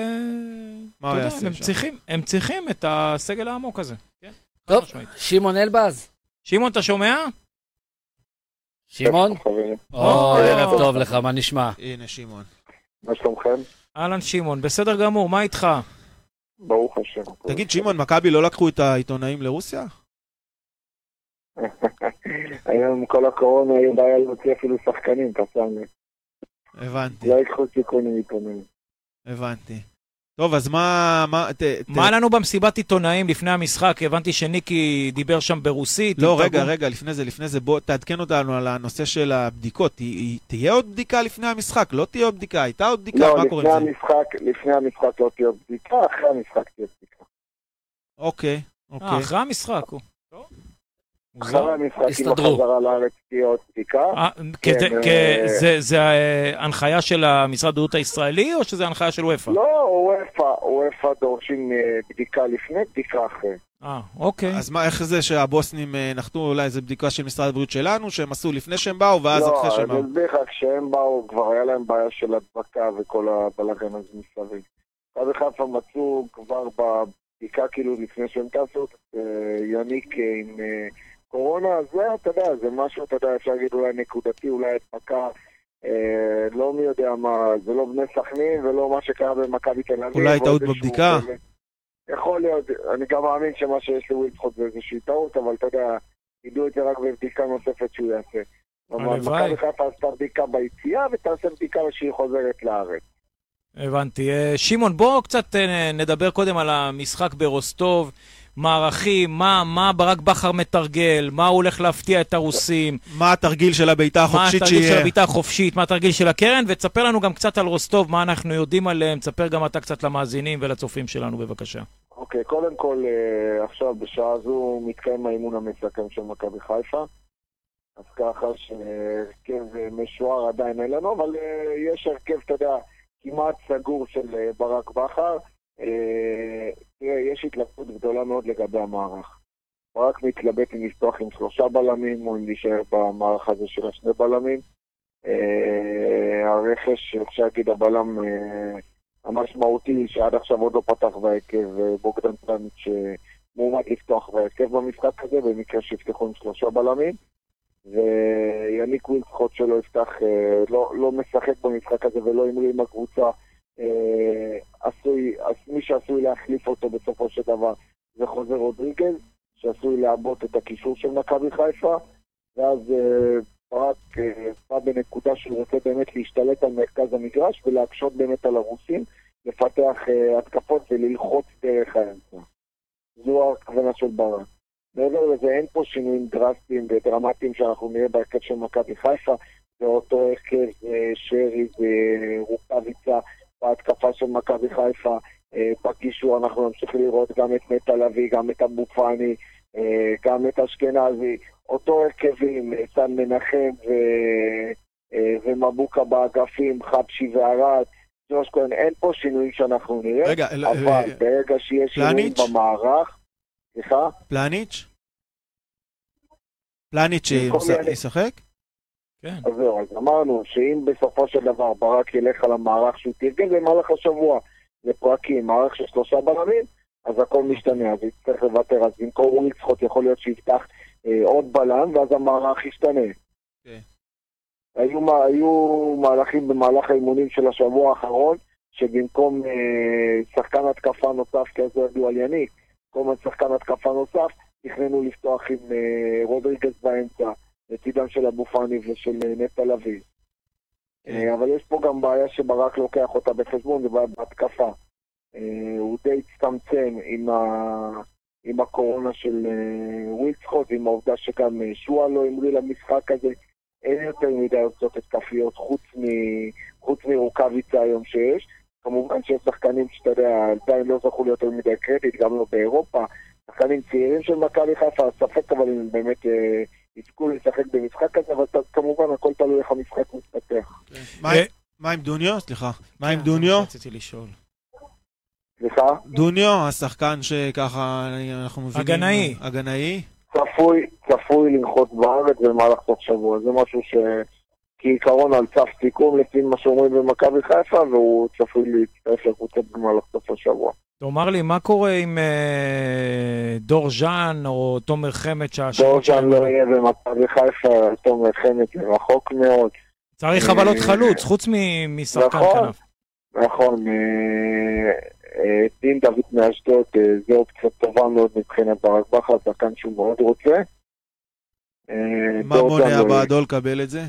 הם צריכים את הסגל העמוק הזה. טוב, שמעון אלבז. שמעון, אתה שומע? שמעון? ערב טוב לך, מה נשמע? הנה שמעון. מה שלומכם? אהלן שמעון, בסדר גמור, מה איתך? ברוך השם. תגיד, שמעון, מכבי לא לקחו את העיתונאים לרוסיה? היום כל הקורונה היו בעיה להוציא אפילו שחקנים, קסאם. הבנתי. לא יקחו סיכונים עיתונאים. הבנתי. טוב, אז מה מה לנו במסיבת עיתונאים לפני המשחק? הבנתי שניקי דיבר שם ברוסית. לא, רגע, לפני זה, בוא תעדכן אותנו על הנושא של הבדיקות. תהיה עוד בדיקה לפני המשחק? לא תהיה עוד בדיקה? הייתה עוד בדיקה? מה קורה עם זה? לפני המשחק לא תהיה עוד בדיקה, אחרי המשחק תהיה בדיקה. אוקיי. אחרי המשחק. אחרי המשחקים בחזרה לארץ תהיה עוד בדיקה. זה ההנחיה של המשרד הבריאות הישראלי, או שזה ההנחיה של וופא? לא, וופא דורשים בדיקה לפני, בדיקה אחרי. אוקיי. אז מה, איך זה שהבוסנים נחתו, אולי איזו בדיקה של משרד הבריאות שלנו, שהם עשו לפני שהם באו, ואז אחרי שהם באו? לא, זה בכלל, כשהם באו, כבר היה להם בעיה של הדבקה וכל הבלגן הזה מסביב. מכבי חיפה מצאו כבר בבדיקה, כאילו לפני שהם טסו, יניק עם קורונה, זה, אתה יודע, זה משהו, אתה יודע, אפשר להגיד אולי נקודתי, אולי הדבקה, לא מי יודע מה, זה לא בני סכנין ולא מה שקרה במכבי תל אביב. אולי טעות בבדיקה? יכול להיות, אני גם מאמין שמה שיש לווילדסחוט זה איזושהי טעות, אבל אתה יודע, ידעו את זה רק בבדיקה נוספת שהוא יעשה. מכבי חיפה עשתה בדיקה ביציאה ותעשה בדיקה שהיא חוזרת לארץ. הבנתי. שמעון, בוא קצת נדבר קודם על המשחק ברוסטוב, מערכים, מה ברק בכר מתרגל, מה הוא הולך להפתיע את הרוסים, מה התרגיל של הביתה החופשית שיהיה, מה התרגיל של הביתה החופשית, מה התרגיל של הקרן, ותספר לנו גם קצת על רוסטוב, מה אנחנו יודעים עליהם, תספר גם אתה קצת למאזינים ולצופים שלנו, בבקשה. אוקיי, קודם כל, עכשיו בשעה הזו מתקיים האימון המסכם של מכבי חיפה, אז ככה שהרכב משוער עדיין אין לנו, אבל יש הרכב, אתה יודע, כמעט סגור של ברק בכר. יש התלבטות גדולה מאוד לגבי המערך. ברק מתלבט אם לפתוח עם 3 בלמים או אם להישאר במערך הזה של 2 בלמים. הרכש, אפשר להגיד, הבלם המשמעותי שעד עכשיו עוד לא פתח בהרכב, בוגדן פלניץ' שמועמד לפתוח בהרכב במשחק הזה, במקרה שיפתחו עם 3 בלמים. ויניק ווילדסחוט שלא יפתח, לא משחק במשחק הזה ולא ימרי עם הקבוצה, מי שעשוי להחליף אותו בסופו של דבר זה חוזר רודריגז, שעשוי לעבות את הקישור של מכבי חיפה, ואז ברק בא בנקודה שהוא רוצה באמת להשתלט על מרכז המגרש ולהקשות באמת על הרוסים, לפתח התקפות וללחוץ דרך האמצע. זו הכוונה של ברק. מעבר לזה אין פה שינויים דרסטיים ודרמטיים שאנחנו נראה בהרכב של מכבי חיפה, זה אותו הרכב שרי ורוקאביצה בהתקפה של מכבי חיפה, בקישור אנחנו נמשיך לראות גם את נטע לביא, גם את אבו פאני, גם את אשכנזי, אותו הרכבים, סן מנחם ומבוקה באגפים, חבשי וערד, ג'וש כהן, אין פה שינויים שאנחנו נראה, אבל ברגע שיש שינויים במערך, סליחה? פלניץ' ישחק? כן. אז זהו, אז אמרנו שאם בסופו של דבר ברק ילך על המערך שהוא תרגל במהלך השבוע לפרקים, מערך של 3 בלמים, אז הכל משתנה, אז יצטרך לוותר, אז במקום ווילדסחוט יכול להיות שיפתח עוד בלם, ואז המערך ישתנה. היו מהלכים במהלך האימונים של השבוע האחרון, שבמקום שחקן התקפה נוסף, כזה ידעו על יניק, במקום שחקן התקפה נוסף, תכננו לפתוח עם רודריגז באמצע, לצידם של אבו פאני ושל נטע לביא. אבל יש פה גם בעיה שברק לוקח אותה בחשבון, זה בעיה בהתקפה. הוא די הצטמצם עם הקורונה של ווילדסחוט, עם העובדה שגם שועה לא המריא למשחק הזה, אין יותר מדי יוצאות התקפיות חוץ מרוקאביצה היום שיש. כמובן שיש שחקנים שאתה יודע, עדיין לא זכו להיות יותר מדי קרדיט, גם לא באירופה. שחקנים צעירים של מכבי חיפה, ספק אבל הם באמת יזכו לשחק במשחק הזה, אבל כמובן הכל תלוי איך המשחק מתפתח. מה עם דוניו? סליחה. מה עם דוניו? רציתי לשאול. סליחה? דוניו, השחקן שככה אנחנו מבינים. הגנאי. צפוי לנחות בארץ במהלך סוף שבוע. זה משהו כעיקרון על צף סיכום לפי מה שאומרים במכבי חיפה, והוא צפוי להצטרף לקבוצה במהלך סוף השבוע. תאמר לי, מה קורה עם דור ז'אן או תומר חמד? דור ז'אן לא יהיה במכבי חיפה, תומר חמד רחוק מאוד. צריך אבל עוד חלוץ, חוץ משחקן כנף. נכון, דין דוד מאשדוד, זה אופציה טובה מאוד מבחינת ברק בכר, שחקן שהוא מאוד רוצה. מה מונע בעדו לקבל את זה?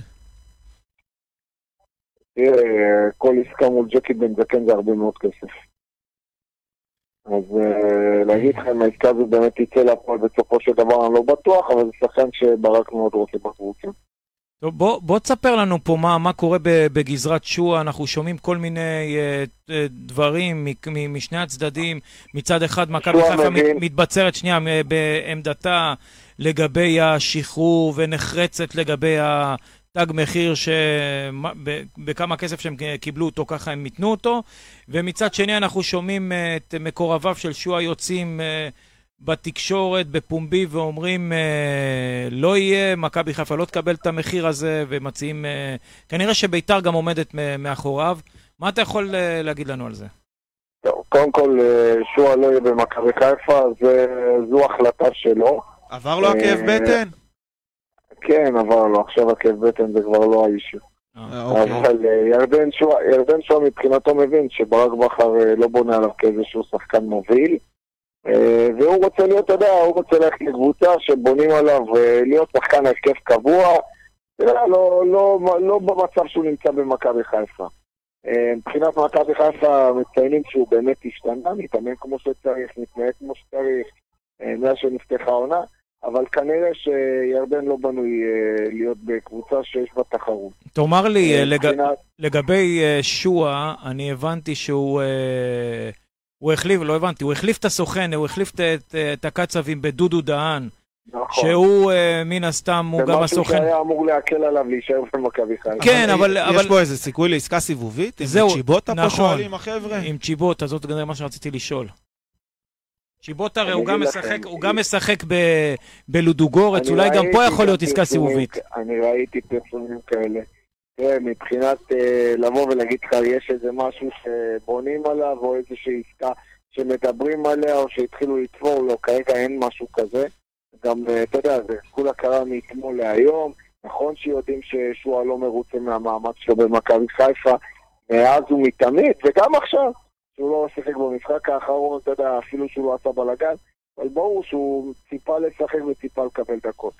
כל עסקה מול ג'קי בן זקן זה הרבה מאוד כסף. אז להגיד לכם, העסקה הזו באמת תצא לפועל בסופו של דבר, אני לא בטוח, אבל זה שחקן שברק מאוד רוצה בקבוצה. טוב, בוא תספר לנו פה מה קורה בגזרת שועה. אנחנו שומעים כל מיני דברים משני הצדדים. מצד אחד מכבי חיפה מתבצרת שנייה בעמדתה לגבי השחרור ונחרצת לגבי תג מחיר שבכמה כסף שהם קיבלו אותו ככה הם מתנו אותו, ומצד שני אנחנו שומעים את מקורביו של שועה יוצאים בתקשורת בפומבי ואומרים לא יהיה, מכבי חיפה לא תקבל את המחיר הזה, ומציעים כנראה שביתר גם עומדת מאחוריו. מה אתה יכול להגיד לנו על זה? קודם כל שועה לא יהיה במכבי חיפה, זו החלטה שלו. עבר לו הכאב בטן? כן, עבר לו, עכשיו הכאב בטן זה כבר לא האישו. אבל ירדן שועה מבחינתו מבין שברק בכר לא בונה עליו כאיזשהו שחקן מוביל, והוא רוצה להיות, אתה יודע, הוא רוצה ללכת לקבוצה שבונים עליו להיות שחקן הרכב קבוע, לא במצב שהוא נמצא במכבי חיפה. מבחינת מכבי חיפה מציינים שהוא באמת השתנה, מתאמן כמו שצריך, מתנהג כמו שצריך, מאז שנפתחה העונה, אבל כנראה שירדן לא בנוי להיות בקבוצה שיש בה תחרות. תאמר לי, לגבי שועה, אני הבנתי שהוא החליף, לא הבנתי, הוא החליף את הסוכן, הוא החליף את הקצבים בדודו דהן, נכון. שהוא מן הסתם, הוא גם הסוכן. זה משהו שהיה אמור להקל עליו להישאר במכבי חיפה. כן, אבל יש פה איזה סיכוי לעסקה סיבובית? עם צ'יבוטה פה שואלים החבר'ה? עם צ'יבוטה, זאת מה שרציתי לשאול. צ'יבוטה הרי הוא גם משחק בלודוגורץ, אולי גם פה יכול להיות עסקה סיבובית. אני ראיתי פרסומים כאלה. מבחינת לבוא ולהגיד לך, יש איזה משהו שבונים עליו, או איזושהי עסקה שמדברים עליה, או שהתחילו לתפור לו, כרגע אין משהו כזה. גם, אתה יודע, זה כולה קרה מאתמול להיום, נכון שיודעים ששועה לא מרוצה מהמאמץ שלו במכבי חיפה, מאז הוא מתמיד, וגם עכשיו, שהוא לא שיחק במשחק האחרון, אתה יודע, אפילו שהוא לא עשה בלגן, אבל ברור שהוא ציפה לשחק וציפה לקבל דקות.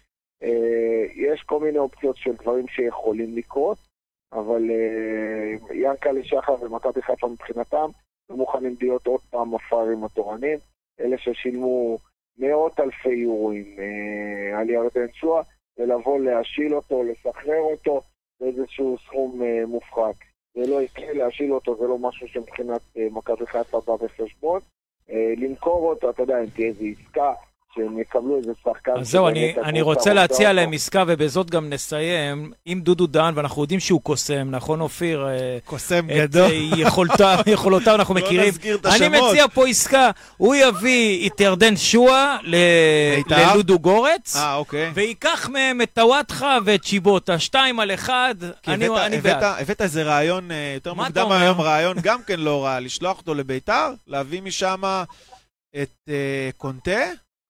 יש כל מיני אופציות של דברים שיכולים לקרות, אבל ינקלה שחר ומכבי חיפה מבחינתם, לא מוכנים להיות עוד פעם הפראיירים התורנים, אלה ששילמו מאות אלפי יורוים על ירדן שועה, ולבוא להשיל אותו, לשחרר אותו, באיזשהו סכום מופחת. זה לא יקרה, להשיל אותו, זה לא משהו שמבחינת מכבי חיפה בא בחשבון. למכור אותו, אתה יודע, אם תהיה איזו עסקה, שהם יקבלו איזה שחקן. אז זהו, אני רוצה להציע להם עסקה, ובזאת גם נסיים עם דודו דהן, ואנחנו יודעים שהוא קוסם, נכון אופיר? קוסם גדול. יכולותיו אנחנו מכירים. אני מציע פה עסקה, הוא יביא את ירדן שועה ללודו גורץ, ויקח מהם את טוואטחה ואת צ'יבוטה, 2-1, אני בעד. הבאת איזה רעיון, יותר מוקדם היום רעיון, גם כן לא רע, לשלוח אותו לביתר, להביא משם את קונטה,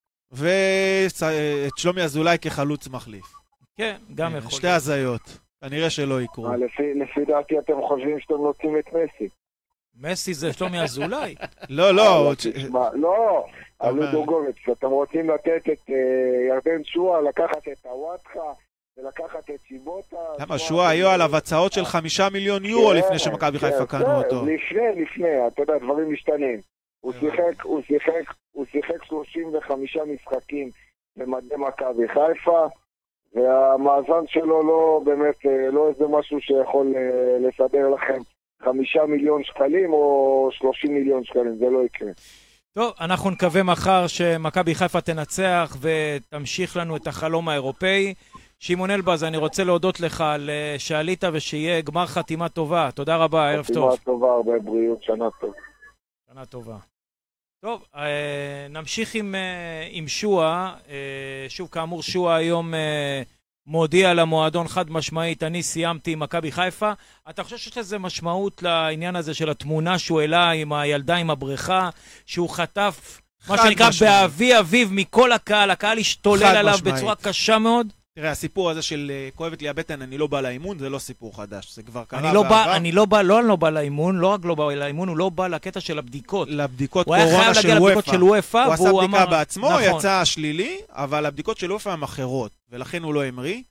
ואת שלומי אזולאי כחלוץ מחליף. כן, גם יכול. שתי הזיות. כנראה שלא יקרו. לפי דעתי אתם חושבים שאתם רוצים את מסי. מסי זה שלומי אזולאי? לא. לא, הלודו גורץ. אתם רוצים לתת את ירדן שועה, לקחת את הוואטחה, ולקחת את צ'יבוטה. למה שועה היו עליו הצעות של 5 מיליון יורו לפני שמכבי חיפה קנו אותו. לפני, אתה יודע, דברים משתנים. הוא שיחק 35 משחקים במדי מכבי חיפה, והמאזן שלו לא באמת, לא איזה משהו שיכול לסדר לכם 5 מיליון שקלים או 30 מיליון שקלים, זה לא יקרה. טוב, אנחנו נקווה מחר שמכבי חיפה תנצח ותמשיך לנו את החלום האירופאי. שמעון אלבז, אני רוצה להודות לך על שעלית ושיהיה גמר חתימה טובה. תודה רבה, ערב טוב. חתימה טובה, הרבה בריאות, שנה טובה. שנה טובה. טוב, נמשיך עם שועה. שוב, כאמור, שועה היום מודיע למועדון חד משמעית, אני סיימתי עם מכבי חיפה. אתה חושב שיש לזה משמעות לעניין הזה של התמונה שהוא העלה עם הילדה עם הבריכה, שהוא חטף, מה שנקרא, באבי אביו מכל הקהל, הקהל השתולל עליו בצורה קשה מאוד? תראה, הסיפור הזה של כואבת לי הבטן, אני לא בא לאימון, זה לא סיפור חדש, זה כבר קרה בעבר. אני לא בא לאימון, לא רק לא בא לאימון, הוא לא בא לקטע של הבדיקות. לבדיקות קורונה של וופא. הוא עשה בדיקה בעצמו, נכון. יצא שלילי, אבל הבדיקות של וופא הן אחרות, ולכן הוא לא המריא.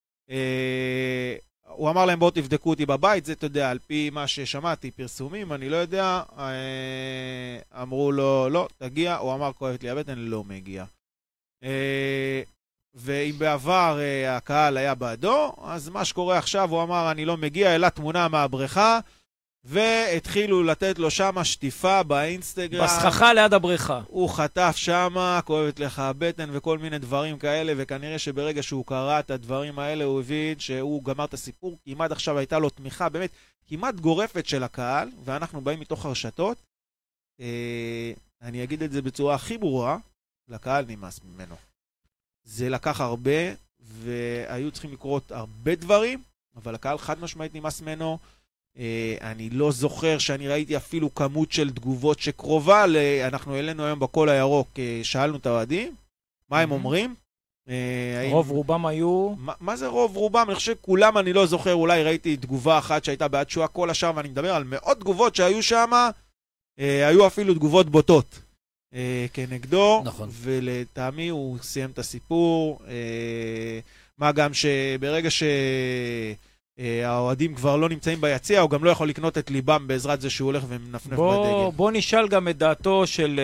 הוא אמר להם, בואו תבדקו אותי בבית, זה אתה יודע, על פי מה ששמעתי, פרסומים, אני לא יודע, אמרו לו, לא, תגיע, הוא אמר, כואבת לי הבטן, לא מגיע. ואם בעבר הקהל היה בעדו, אז מה שקורה עכשיו, הוא אמר, אני לא מגיע, אלא תמונה מהבריכה, והתחילו לתת לו שמה שטיפה באינסטגרם. בסככה ליד הבריכה. הוא חטף שמה, כואבת לך הבטן וכל מיני דברים כאלה, וכנראה שברגע שהוא קרא את הדברים האלה, הוא הבין שהוא גמר את הסיפור, כי עד עכשיו הייתה לו תמיכה, באמת, כמעט גורפת של הקהל, ואנחנו באים מתוך הרשתות. אני אגיד את זה בצורה הכי ברורה, לקהל נמאס ממנו. זה לקח הרבה, והיו צריכים לקרות הרבה דברים, אבל הקהל חד משמעית נמאס ממנו. אני לא זוכר שאני ראיתי אפילו כמות של תגובות שקרובה, אנחנו העלינו היום בקול הירוק, שאלנו את האוהדים, מה הם אומרים? רוב רובם היו... מה זה רוב רובם? אני חושב כולם, אני לא זוכר, אולי ראיתי תגובה אחת שהייתה בעד שואה כל השאר, ואני מדבר על מאות תגובות שהיו שם, היו אפילו תגובות בוטות כנגדו, נכון. ולטעמי הוא סיים את הסיפור, מה גם שברגע שהאוהדים כבר לא נמצאים ביציע, הוא גם לא יכול לקנות את ליבם בעזרת זה שהוא הולך ומנפנף בדגל. בוא נשאל גם את דעתו של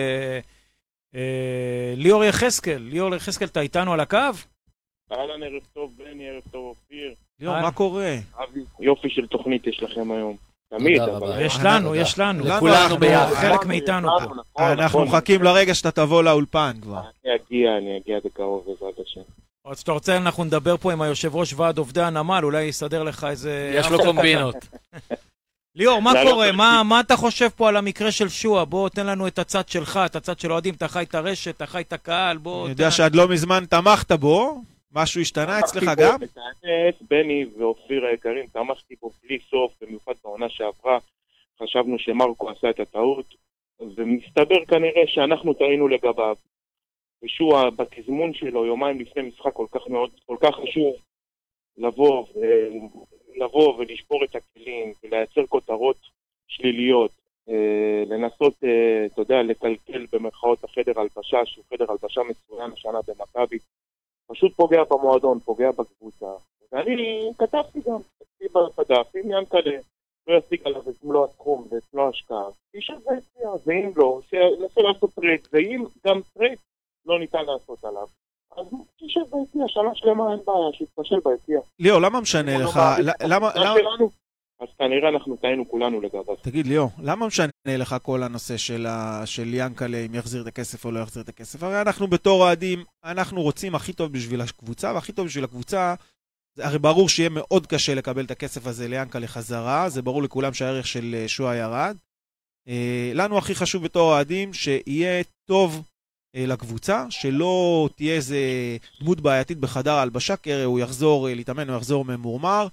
ליאור יחזקאל. ליאור יחזקאל, אתה איתנו על הקו? אהלן, ערב טוב בני, ערב טוב אופיר. ליאור, מה קורה? יופי של תוכנית יש לכם היום. תמיד, אבל... יש לנו. לכולנו ביחד. חלק מאיתנו פה. אנחנו מחכים לרגע שאתה תבוא לאולפן כבר. אני אגיע בקרוב בעזרת השם. אז שאתה רוצה, אנחנו נדבר פה עם היושב ראש ועד עובדי הנמל, אולי יסדר לך איזה... יש לו קומבינות. ליאור, מה קורה? מה אתה חושב פה על המקרה של שואה? בוא, תן לנו את הצד שלך, את הצד של אוהדים, אתה חי את הרשת, אתה חי את הקהל, בוא... אני יודע שעד לא מזמן תמכת בו, משהו השתנה אצלך גם? בני ואופיר היקרים, תמכתי בו בלי סוף, במיוחד בעונה שעברה, חשבנו שמרקו עשה את הטעות, ומסתבר כנראה שאנחנו טעינו לגביו. ושואה בתזמון שלו, יומיים לפני משחק כל כך חשוב, לבוא ולשפור את הכלים, ולייצר כותרות שליליות, לנסות, אתה יודע, לקלקל במרכאות החדר הלבשה, שהוא חדר הלבשה מצוין השנה במכבי, פשוט פוגע במועדון, פוגע בקבוצה. ואני כתבתי גם, בדף, אם ינקלה לא ישיג עליו את מלוא הסכום ואת מלוא ההשקעה, תשב ביציאה, ואם לא, ננסה לעשות טרייד, ואם גם טרייד לא ניתן לעשות עליו, אז תשב ביציאה, שנה שלמה אין בעיה, שיתפשל ביציאה. ליאור, למה משנה לך? אז כנראה אנחנו טעינו כולנו לגביו. תגיד ליאור, למה משנה לך כל הנושא של ינקלה, אם יחזיר את הכסף או לא יחזיר את הכסף? הרי אנחנו בתור אוהדים, אנחנו רוצים הכי טוב בשביל הקבוצה, והכי טוב בשביל הקבוצה, הרי ברור שיהיה מאוד קשה לקבל את הכסף הזה לינקלה חזרה, זה ברור לכולם שהערך של שואה ירד. לנו הכי חשוב בתור אוהדים שיהיה טוב לקבוצה, שלא תהיה איזה דמות בעייתית בחדר ההלבשה, כי הוא יחזור להתאמן, הוא יחזור ממורמר.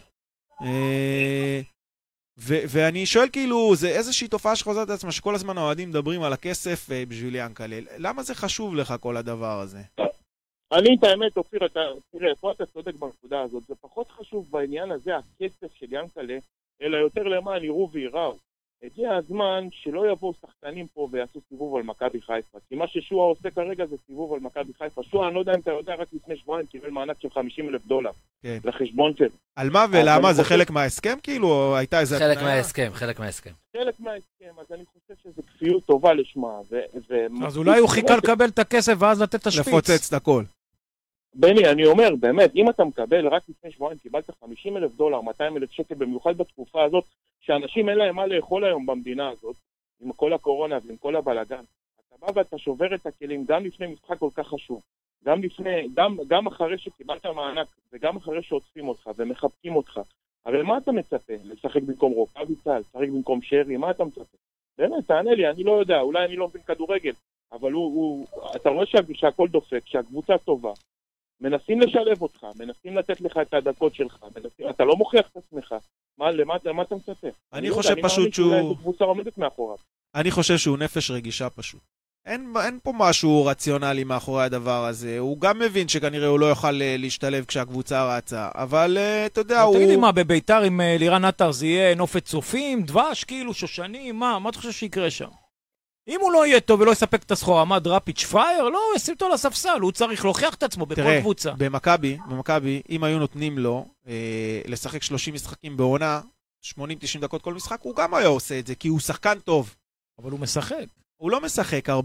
ואני שואל כאילו, זה איזושהי תופעה שחוזרת את עצמה, שכל הזמן האוהדים מדברים על הכסף בשביל ינקלה. למה זה חשוב לך כל הדבר הזה? אני את האמת, אופיר, תראה, פה אתה צודק בנקודה הזאת, זה פחות חשוב בעניין הזה, הכסף של ינקלה, אלא יותר למען יראו ויראו. הגיע הזמן שלא יבואו שחקנים פה ויעשו סיבוב על מכבי חיפה, כי מה ששואה עושה כרגע זה סיבוב על מכבי חיפה. שואה, אני לא יודע אם אתה יודע, רק לפני שבועיים קיבל מענק של $50,000 לחשבון שלו. על מה ולמה? זה חלק מההסכם כאילו? או הייתה איזה... חלק מההסכם. חלק מההסכם, אז אני חושב שזה כפיות טובה לשמה. אז אולי הוא חיכה לקבל את הכסף ואז לתת את השפיץ. לפוצץ את הכל. בני, אני אומר, באמת, אם אתה מקבל רק לפני שבועיים, קיבלת $50,000, $200,000 במיוחד בתקופה הזאת, שאנשים אין להם מה לאכול היום במדינה הזאת, עם כל הקורונה ועם כל הבלגן. אתה בא ואתה שובר את הכלים גם לפני משחק כל כך חשוב, גם אחרי שקיבלת מענק, וגם אחרי שעוטפים אותך ומחבקים אותך. הרי מה אתה מצפה? לשחק במקום רוקאביצה, לשחק במקום שרי, מה אתה מצפה? באמת, תענה לי, אני לא יודע, אולי אני לא מבין כדורגל, אבל אתה רואה שהכל דופק, שהקבוצה טובה. מנסים לשלב אותך, מנסים לתת לך את הדקות שלך, אתה לא מוכיח את עצמך. למה אתה מצפה? אני חושב פשוט שהוא... קבוצה עומדת מאחוריו. אני חושב שהוא נפש רגישה פשוט. אין פה משהו רציונלי מאחורי הדבר הזה. הוא גם מבין שכנראה הוא לא יוכל להשתלב כשהקבוצה רצה, אבל אתה יודע, הוא... תגידי מה, בביתר עם לירן נטר זה יהיה נופת צופים, דבש, כאילו, שושנים, מה אתה חושב שיקרה שם? אם הוא לא יהיה טוב ולא יספק את הסחורה, מה דראפיץ' פייר? לא, הוא ישים אותו לספסל, הוא צריך להוכיח את עצמו בכל קבוצה. תראה, במכבי, אם היו נותנים לו לשחק 30 משחקים בעונה, 80-90 דקות כל משחק, הוא גם היה עושה את זה, כי הוא שחקן טוב. אבל הוא משחק. הוא לא משחק הרבה.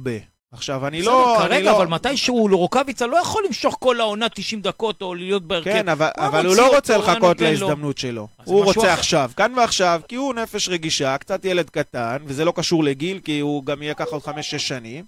עכשיו, אני לא... כרגע, אבל מתישהו רוקאביצה לא יכול למשוך כל העונה 90 דקות או להיות בהרכב. כן, אבל הוא לא רוצה לחכות להזדמנות שלו. הוא רוצה עכשיו, כאן ועכשיו, כי הוא נפש רגישה, קצת ילד קטן, וזה לא קשור לגיל, כי הוא גם יהיה ככה עוד 5-6 שנים.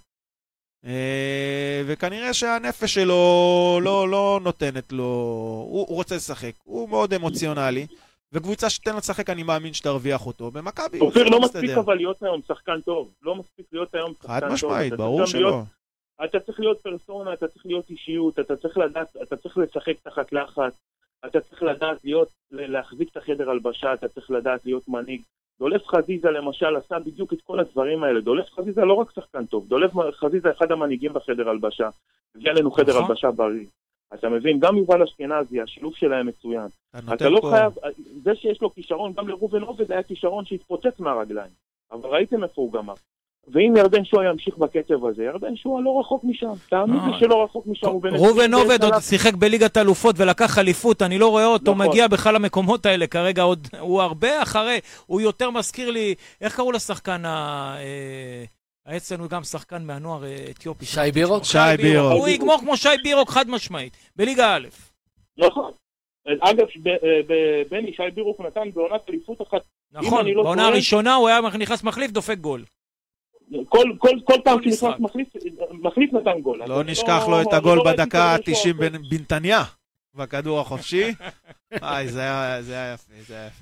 וכנראה שהנפש שלו לא נותנת לו... הוא רוצה לשחק. הוא מאוד אמוציונלי. וקבוצה שתן לשחק, אני מאמין שתרוויח אותו. במכבי אופיר, לא מספיק אבל להיות היום שחקן טוב. לא מספיק להיות היום שחקן טוב. חד משמעית, ברור שלא. אתה צריך להיות פרסונה, אתה צריך להיות אישיות, אתה צריך לדעת, אתה צריך לשחק תחת לחץ, אתה צריך לדעת להחזיק את החדר הלבשה, אתה צריך לדעת להיות מנהיג. דולף חזיזה למשל עשה בדיוק את כל הדברים האלה. דולף חזיזה לא רק שחקן טוב, דולף חזיזה אחד המנהיגים בחדר הלבשה. הביא עלינו חדר הלבשה בריא. אתה מבין, גם יובל אשכנזי, השילוב שלהם מצוין. אתה לא חייב, זה שיש לו כישרון, גם לרובן עובד היה כישרון שהתפוצץ מהרגליים. אבל ראיתם איפה הוא גמר. ואם ירדן שועה ימשיך בקצב הזה, ירדן שועה לא רחוק משם. תאמין לי שלא רחוק משם. רובן עובד עוד שיחק בליגת האלופות ולקח אליפות, אני לא רואה אותו מגיע בכלל למקומות האלה, כרגע עוד, הוא הרבה אחרי, הוא יותר מזכיר לי, איך קראו לשחקן אצלנו גם שחקן מהנוער אתיופי. שי בירוק? שי בירוק. הוא יגמור כמו שי בירוק חד משמעית, בליגה א'. נכון. אגב, בני שי בירוק נתן בעונת אליפות אחת. נכון, בעונה הראשונה הוא היה נכנס מחליף, דופק גול. כל פעם שנכנס מחליף נתן גול. לא נשכח לו את הגול בדקה 90 בנתניה, בכדור החופשי. זה היה יפה.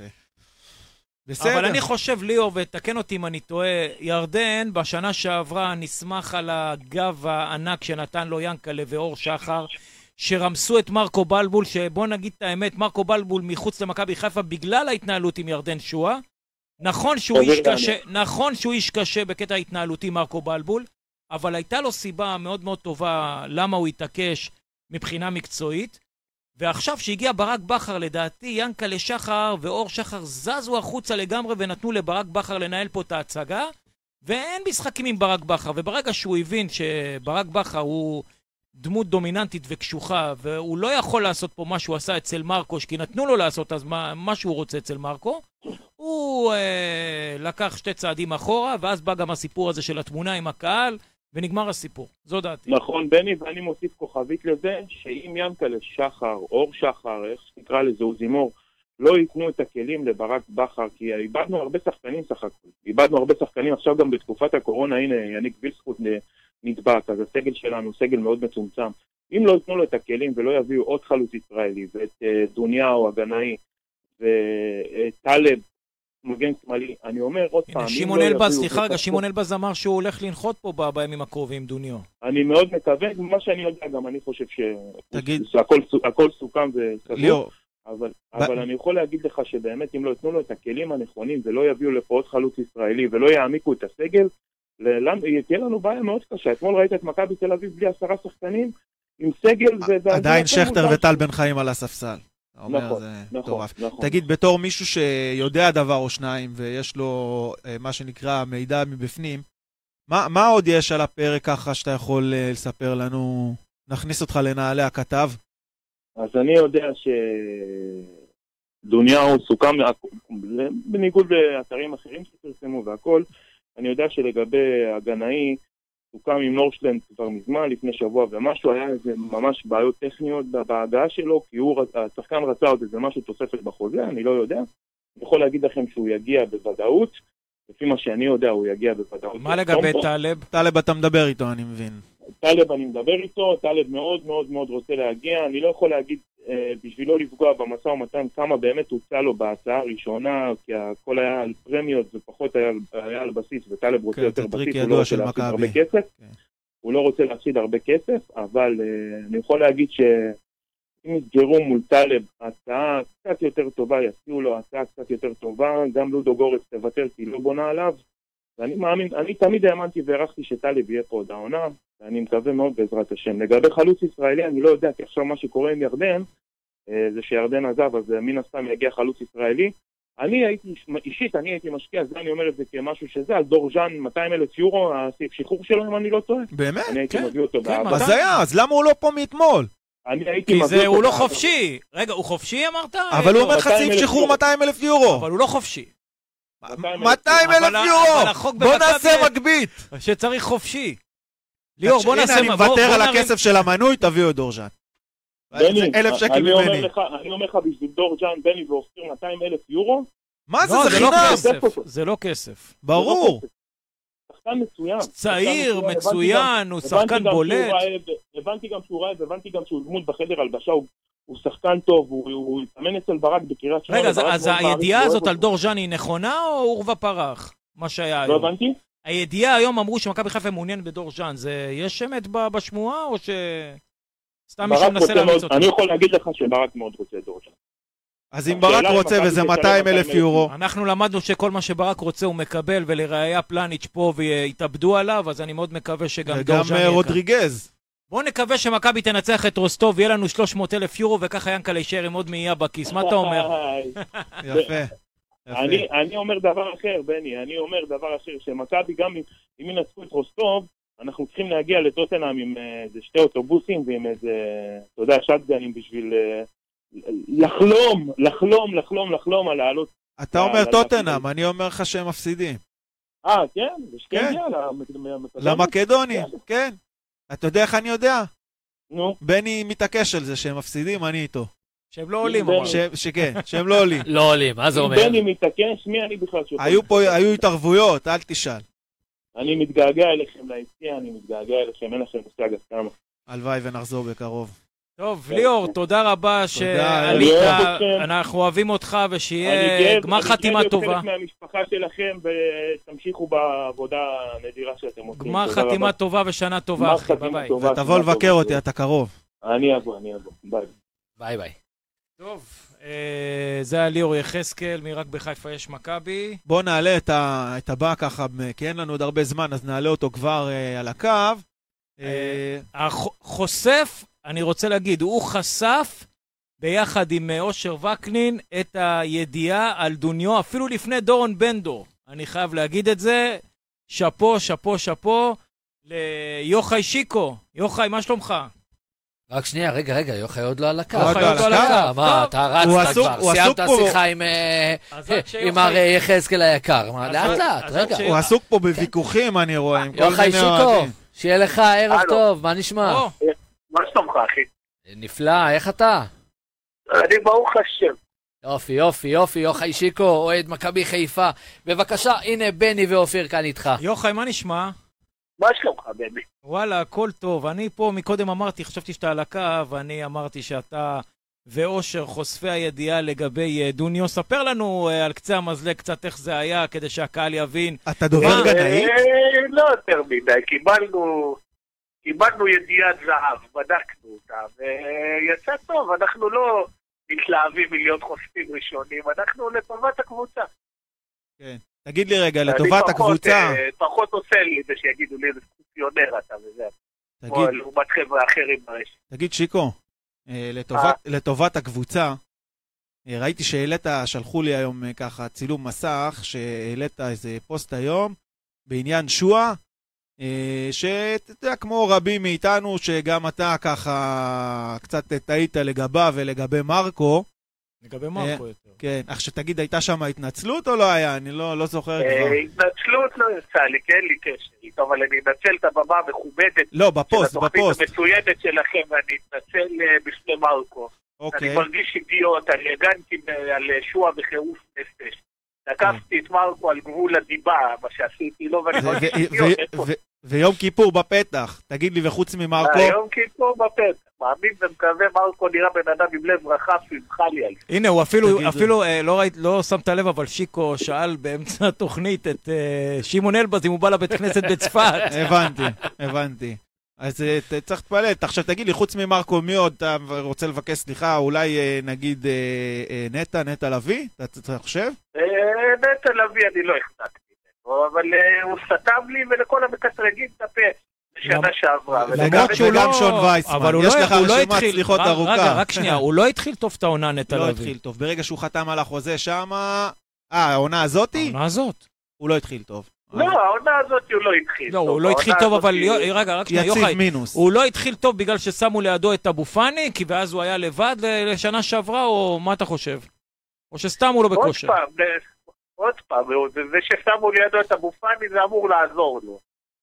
אבל אני חושב, ליאור, ותקן אותי אם אני טועה, ירדן בשנה שעברה נסמך על הגב הענק שנתן לו ינקלה ואור שחר, שרמסו את מרקו בלבול, שבוא נגיד את האמת, מרקו בלבול מחוץ למכבי חיפה בגלל ההתנהלות עם ירדן שועה. נכון שהוא איש קשה בקטע ההתנהלותי מרקו בלבול, אבל הייתה לו סיבה מאוד מאוד טובה למה הוא התעקש מבחינה מקצועית. ועכשיו שהגיע ברק בכר, לדעתי ינקלה שחר ואור שחר זזו החוצה לגמרי ונתנו לברק בכר לנהל פה את ההצגה, ואין משחקים עם ברק בכר. וברגע שהוא הבין שברק בכר הוא דמות דומיננטית וקשוחה, והוא לא יכול לעשות פה מה שהוא עשה אצל מרקו, כי נתנו לו לעשות אז מה שהוא רוצה אצל מרקו, הוא לקח 2 צעדים אחורה, ואז בא גם הסיפור הזה של התמונה עם הקהל, ונגמר הסיפור. זו דעתי. נכון, בני, ואני מוסיף כוכבית לזה, שאם ינקלה שחר, אור שחר, איך שנקרא לזה, זימור, לא ייתנו את הכלים לברק בכר, כי איבדנו הרבה שחקנים שחקו. איבדנו הרבה שחקנים, עכשיו גם בתקופת הקורונה, הנה, יניק וילסקוט נדבק, אז הסגל שלנו סגל מאוד מצומצם. אם לא ייתנו לו את הכלים ולא יביאו עוד חלוץ ישראלי, ואת דוניהו הגנאי, וטלב, מגן שמאלי, אני אומר עוד פעם... שמעון אלבז, סליחה רגע, שמעון אלבז אמר שהוא הולך לנחות פה בימים הקרובים, דוניו. אני מאוד מקווה, מה שאני יודע גם, אני חושב שהכל סוכם וסגור, אבל אני יכול להגיד לך שבאמת אם לא יתנו לו את הכלים הנכונים ולא יביאו לפה עוד חלוץ ישראלי ולא יעמיקו את הסגל, תהיה לנו בעיה מאוד קשה. אתמול ראית את מכבי תל אביב בלי 10 שחקנים עם סגל... עדיין שכטר וטל בן חיים על הספסל. אומר, זה מטורף. תגיד, בתור מישהו שיודע דבר או שניים, ויש לו מה שנקרא מידע מבפנים, מה עוד יש על הפרק ככה שאתה יכול לספר לנו? נכניס אותך לנעלי הכתב? אז אני יודע שדוניהו סוכם, בניגוד לאתרים אחרים שפרסמו והכל, אני יודע שלגבי הגנאי, סוכם עם נורשלנד כבר מזמן, לפני שבוע ומשהו, היה איזה ממש בעיות טכניות בהגעה שלו, כי השחקן רצה עוד איזה משהו תוספת בחוזה, אני לא יודע. אני יכול להגיד לכם שהוא יגיע בוודאות, לפי מה שאני יודע הוא יגיע בוודאות. מה לגבי טלב? טלב אתה מדבר איתו, אני מבין. טלב אני מדבר איתו, טלב מאוד מאוד מאוד רוצה להגיע, אני לא יכול להגיד בשביל לא לפגוע במשא ומתן כמה באמת הוצא לו בהצעה הראשונה, כי הכל היה על פרמיות ופחות היה על בסיס, וטלב רוצה יותר בסיס, הוא לא רוצה להפסיד הרבה כסף, הוא לא רוצה להפסיד הרבה כסף, אבל אני יכול להגיד שאם יסגרו מול טלב הצעה קצת יותר טובה, יציעו לו הצעה קצת יותר טובה, גם לודו גורץ תוותר כי לא בונה עליו, ואני מאמין, אני תמיד האמנתי והערכתי שטלב יהיה פה עוד העונה, ואני מקווה מאוד בעזרת השם. לגבי חלוץ ישראלי, אני לא יודע, כי עכשיו מה שקורה עם ירדן, זה שירדן עזב, אז מן הסתם יגיע חלוץ ישראלי. אני הייתי משקיע, אז אני אומר את זה כמשהו שזה, על דורז'אן 200,000 יורו, השחרור שלו, אם אני לא טועה. באמת? אני הייתי מביא אותו באהבה. אז היה, אז למה הוא לא פה מאתמול? כי הוא לא חופשי. רגע, הוא חופשי אמרת? אבל הוא אומר חצי שחרור 200,000 יורו. אבל הוא לא חופשי. 200,000 יורו! בוא נעשה מגבית! שצריך חופשי. ליאור, בוא נעשה... הנה, אני מוותר על הכסף של המנוי, תביאו את דורג'אן. בני, 1,000 שקל ממני. אני אומר לך בשביל דורג'אן, בני ואופיר 200,000 יורו. מה זה? זה חינם. זה לא כסף. ברור. שחקן מצוין. צעיר, מצוין, הוא שחקן בולט. הבנתי גם שהוא רעב, הבנתי גם שהוא דמות בחדר הלבשה, הוא שחקן טוב, הוא התאמן אצל ברק בקריית שמונה. רגע, אז הידיעה הזאת על דורג'אן היא נכונה או עורבא פרח? מה שהיה היום. לא הבנתי? הידיעה היום אמרו שמכבי חיפה מעוניין בדורג'אן, יש אמת בשמועה או ש... סתם מי שמנסה להריץ אותו? אני יכול להגיד לך שברק מאוד רוצה דורג'אן. אז אם ברק רוצה וזה 200,000 יורו. אנחנו למדנו שכל מה שברק רוצה הוא מקבל, ולראיה פלניץ' פה והתאבדו עליו, אז אני מאוד מקווה שגם דורג'אן וגם רודריגז. בואו נקווה שמכבי תנצח את רוסטוב, יהיה לנו 300,000 יורו, וככה ינקלה יישאר עם עוד מאייה בכיס. מה אתה אומר? יפה. אני אומר דבר אחר, בני, אני אומר דבר אחר, שמכבי גם אם ינצחו את רוסטוב, אנחנו צריכים להגיע לטוטנהאם עם איזה 2 אוטובוסים ועם איזה, אתה יודע, שטגנים בשביל לחלום על העלות. אתה אומר טוטנהאם, אני אומר לך שהם מפסידים. כן? כן. למקדוני, כן. אתה יודע איך אני יודע? נו. בני מתעקש על זה שהם מפסידים, אני איתו. שהם לא עולים. שכן, שהם לא עולים. לא עולים, מה זה אומר? בני מתעקש, מי אני בכלל שופט? היו התערבויות, אל תשאל. אני מתגעגע אליכם ליציאה, אני מתגעגע אליכם, אין לכם מושג אז כמה. הלוואי ונחזור בקרוב. טוב, ליאור, תודה רבה שעלית, אנחנו אוהבים אותך ושיהיה גמר חתימה טובה. אני גאה להיות חלק מהמשפחה שלכם ותמשיכו בעבודה הנדירה שאתם עושים. גמר חתימה טובה ושנה טובה, אחי, ביי ביי. ותבוא לבקר אותי, אתה קרוב. אני אבוא, ביי. ביי ביי. טוב, זה היה ליאור יחזקאל, מרק בחיפה יש מכבי. בוא נעלה את הבא ככה, כי אין לנו עוד הרבה זמן, אז נעלה אותו כבר על הקו. חושף, אני רוצה להגיד, הוא חשף ביחד עם אושר וקנין את הידיעה על דוניו, אפילו לפני דורון בנדור. אני חייב להגיד את זה. שפו ליוחאי שיקו. יוחאי, מה שלומך? רק שנייה, רגע, יוחאי עוד לא על הקו. מה, אתה רצת כבר, סיימת שיחה עם הרי יחזקאל היקר. לאט, רגע. הוא עסוק פה בוויכוחים, אני רואה. יוחאי שיקו, שיהיה לך ערב טוב, מה נשמע? מה שלומך, אחי? נפלא, איך אתה? אני ברוך השם. יופי, יוחאי שיקו, אוהד מכבי חיפה. בבקשה, הנה בני ואופיר כאן איתך. יוחאי, מה נשמע? מה שלומך, בני? וואלה, הכל טוב. אני פה מקודם אמרתי, חשבתי שאתה על הקו, ואני אמרתי שאתה ואושר חושפי הידיעה לגבי דוניו. ספר לנו על קצה המזלג קצת איך זה היה, כדי שהקהל יבין. אתה דובר גנאית? לא יותר מדי, קיבלנו ידיעת זהב, בדקנו אותה, ויצא טוב, אנחנו לא מתלהבים מיליון חושפים ראשונים, אנחנו לטובת הקבוצה. כן. תגיד לי רגע, לטובת הקבוצה... פחות עושה לי זה שיגידו לי איזה סקוציונר אתה וזה. או לעומת חבר'ה אחרים ברשת. תגיד שיקו, לטובת הקבוצה, ראיתי שלחו לי היום ככה צילום מסך, שהעלית איזה פוסט היום בעניין שואה, שאתה יודע, כמו רבים מאיתנו, שגם אתה ככה קצת טעית לגביו ולגבי מרקו. לגבי מרקו יותר. כן, אך שתגיד, הייתה שם התנצלות או לא היה? אני לא זוכר כבר. התנצלות לא יצא לי, כן לי קשר איתו, אבל אני אנצל את הבמה המכובדת. לא, בפוסט. של התוכנית המצוינת שלכם, ואני אתנצל בפני מרקו. אני מרגיש אידיוט, אני הגנתי על שואה וחירוף נפש. תקפתי את מרקו על גבול הדיבה, מה שעשיתי לו, ואני מרגיש אידיוט. ויום כיפור בפתח, תגיד לי, וחוץ ממרקו? יום כיפור בפתח, מאמין ומקווה, מרקו נראה בן אדם עם לב רחב, שימחה לי על זה. הנה, הוא אפילו לא שמת לב, אבל שיקו שאל באמצע התוכנית את שמעון אלבז, אם הוא בא לבית כנסת בצפת. הבנתי. אז צריך להתפלל. עכשיו תגיד לי, חוץ ממרקו, מי עוד אתה רוצה לבקש סליחה? אולי נגיד נטע לביא? אתה חושב? נטע לביא אני לא החזקתי. אבל הוא סתם לי ולכל המקטרגים את הפה בשנה שעברה. וגם שון וייסמן, יש לך רשימת סליחות ארוכה. רק שנייה, הוא לא התחיל טוב את העונה נטע לביא. לא התחיל טוב, ברגע שהוא חתם על החוזה שם, העונה הזאתי? העונה הזאת. הוא לא התחיל טוב. לא, העונה הזאת הוא לא התחיל טוב. לא, הוא לא התחיל טוב, אבל רגע, רק שנייה, יוחאי. מינוס. הוא לא התחיל טוב בגלל ששמו לידו את אבו פאני, כי ואז הוא היה לבד לשנה שעברה, או מה אתה חושב? או שסתם הוא לא בכושר? עוד פעם, זה ששמו לידו את אבו פאני זה אמור לעזור לו.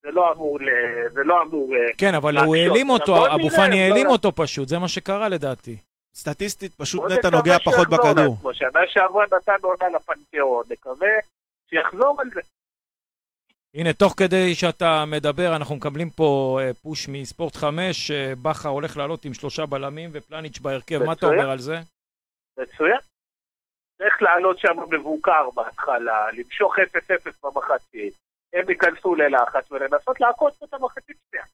זה לא אמור... כן, אבל הוא העלים אותו, אבו פאני העלים אותו פשוט, זה מה שקרה לדעתי. סטטיסטית פשוט נטע נוגע פחות בכדור. כמו שנה שעברה נתן עונה לפנתיאון, נקווה שיחזור על זה. הנה, תוך כדי שאתה מדבר, אנחנו מקבלים פה פוש מספורט 5, בכר הולך לעלות עם 3 בלמים ופלניץ' בהרכב. מה אתה אומר על זה? מצוין. צריך לעלות שם מבוקר בהתחלה, למשוך 0-0 במחצית. הם ייכנסו ללחץ ולנסות לעקוץ את המחצית שנייה.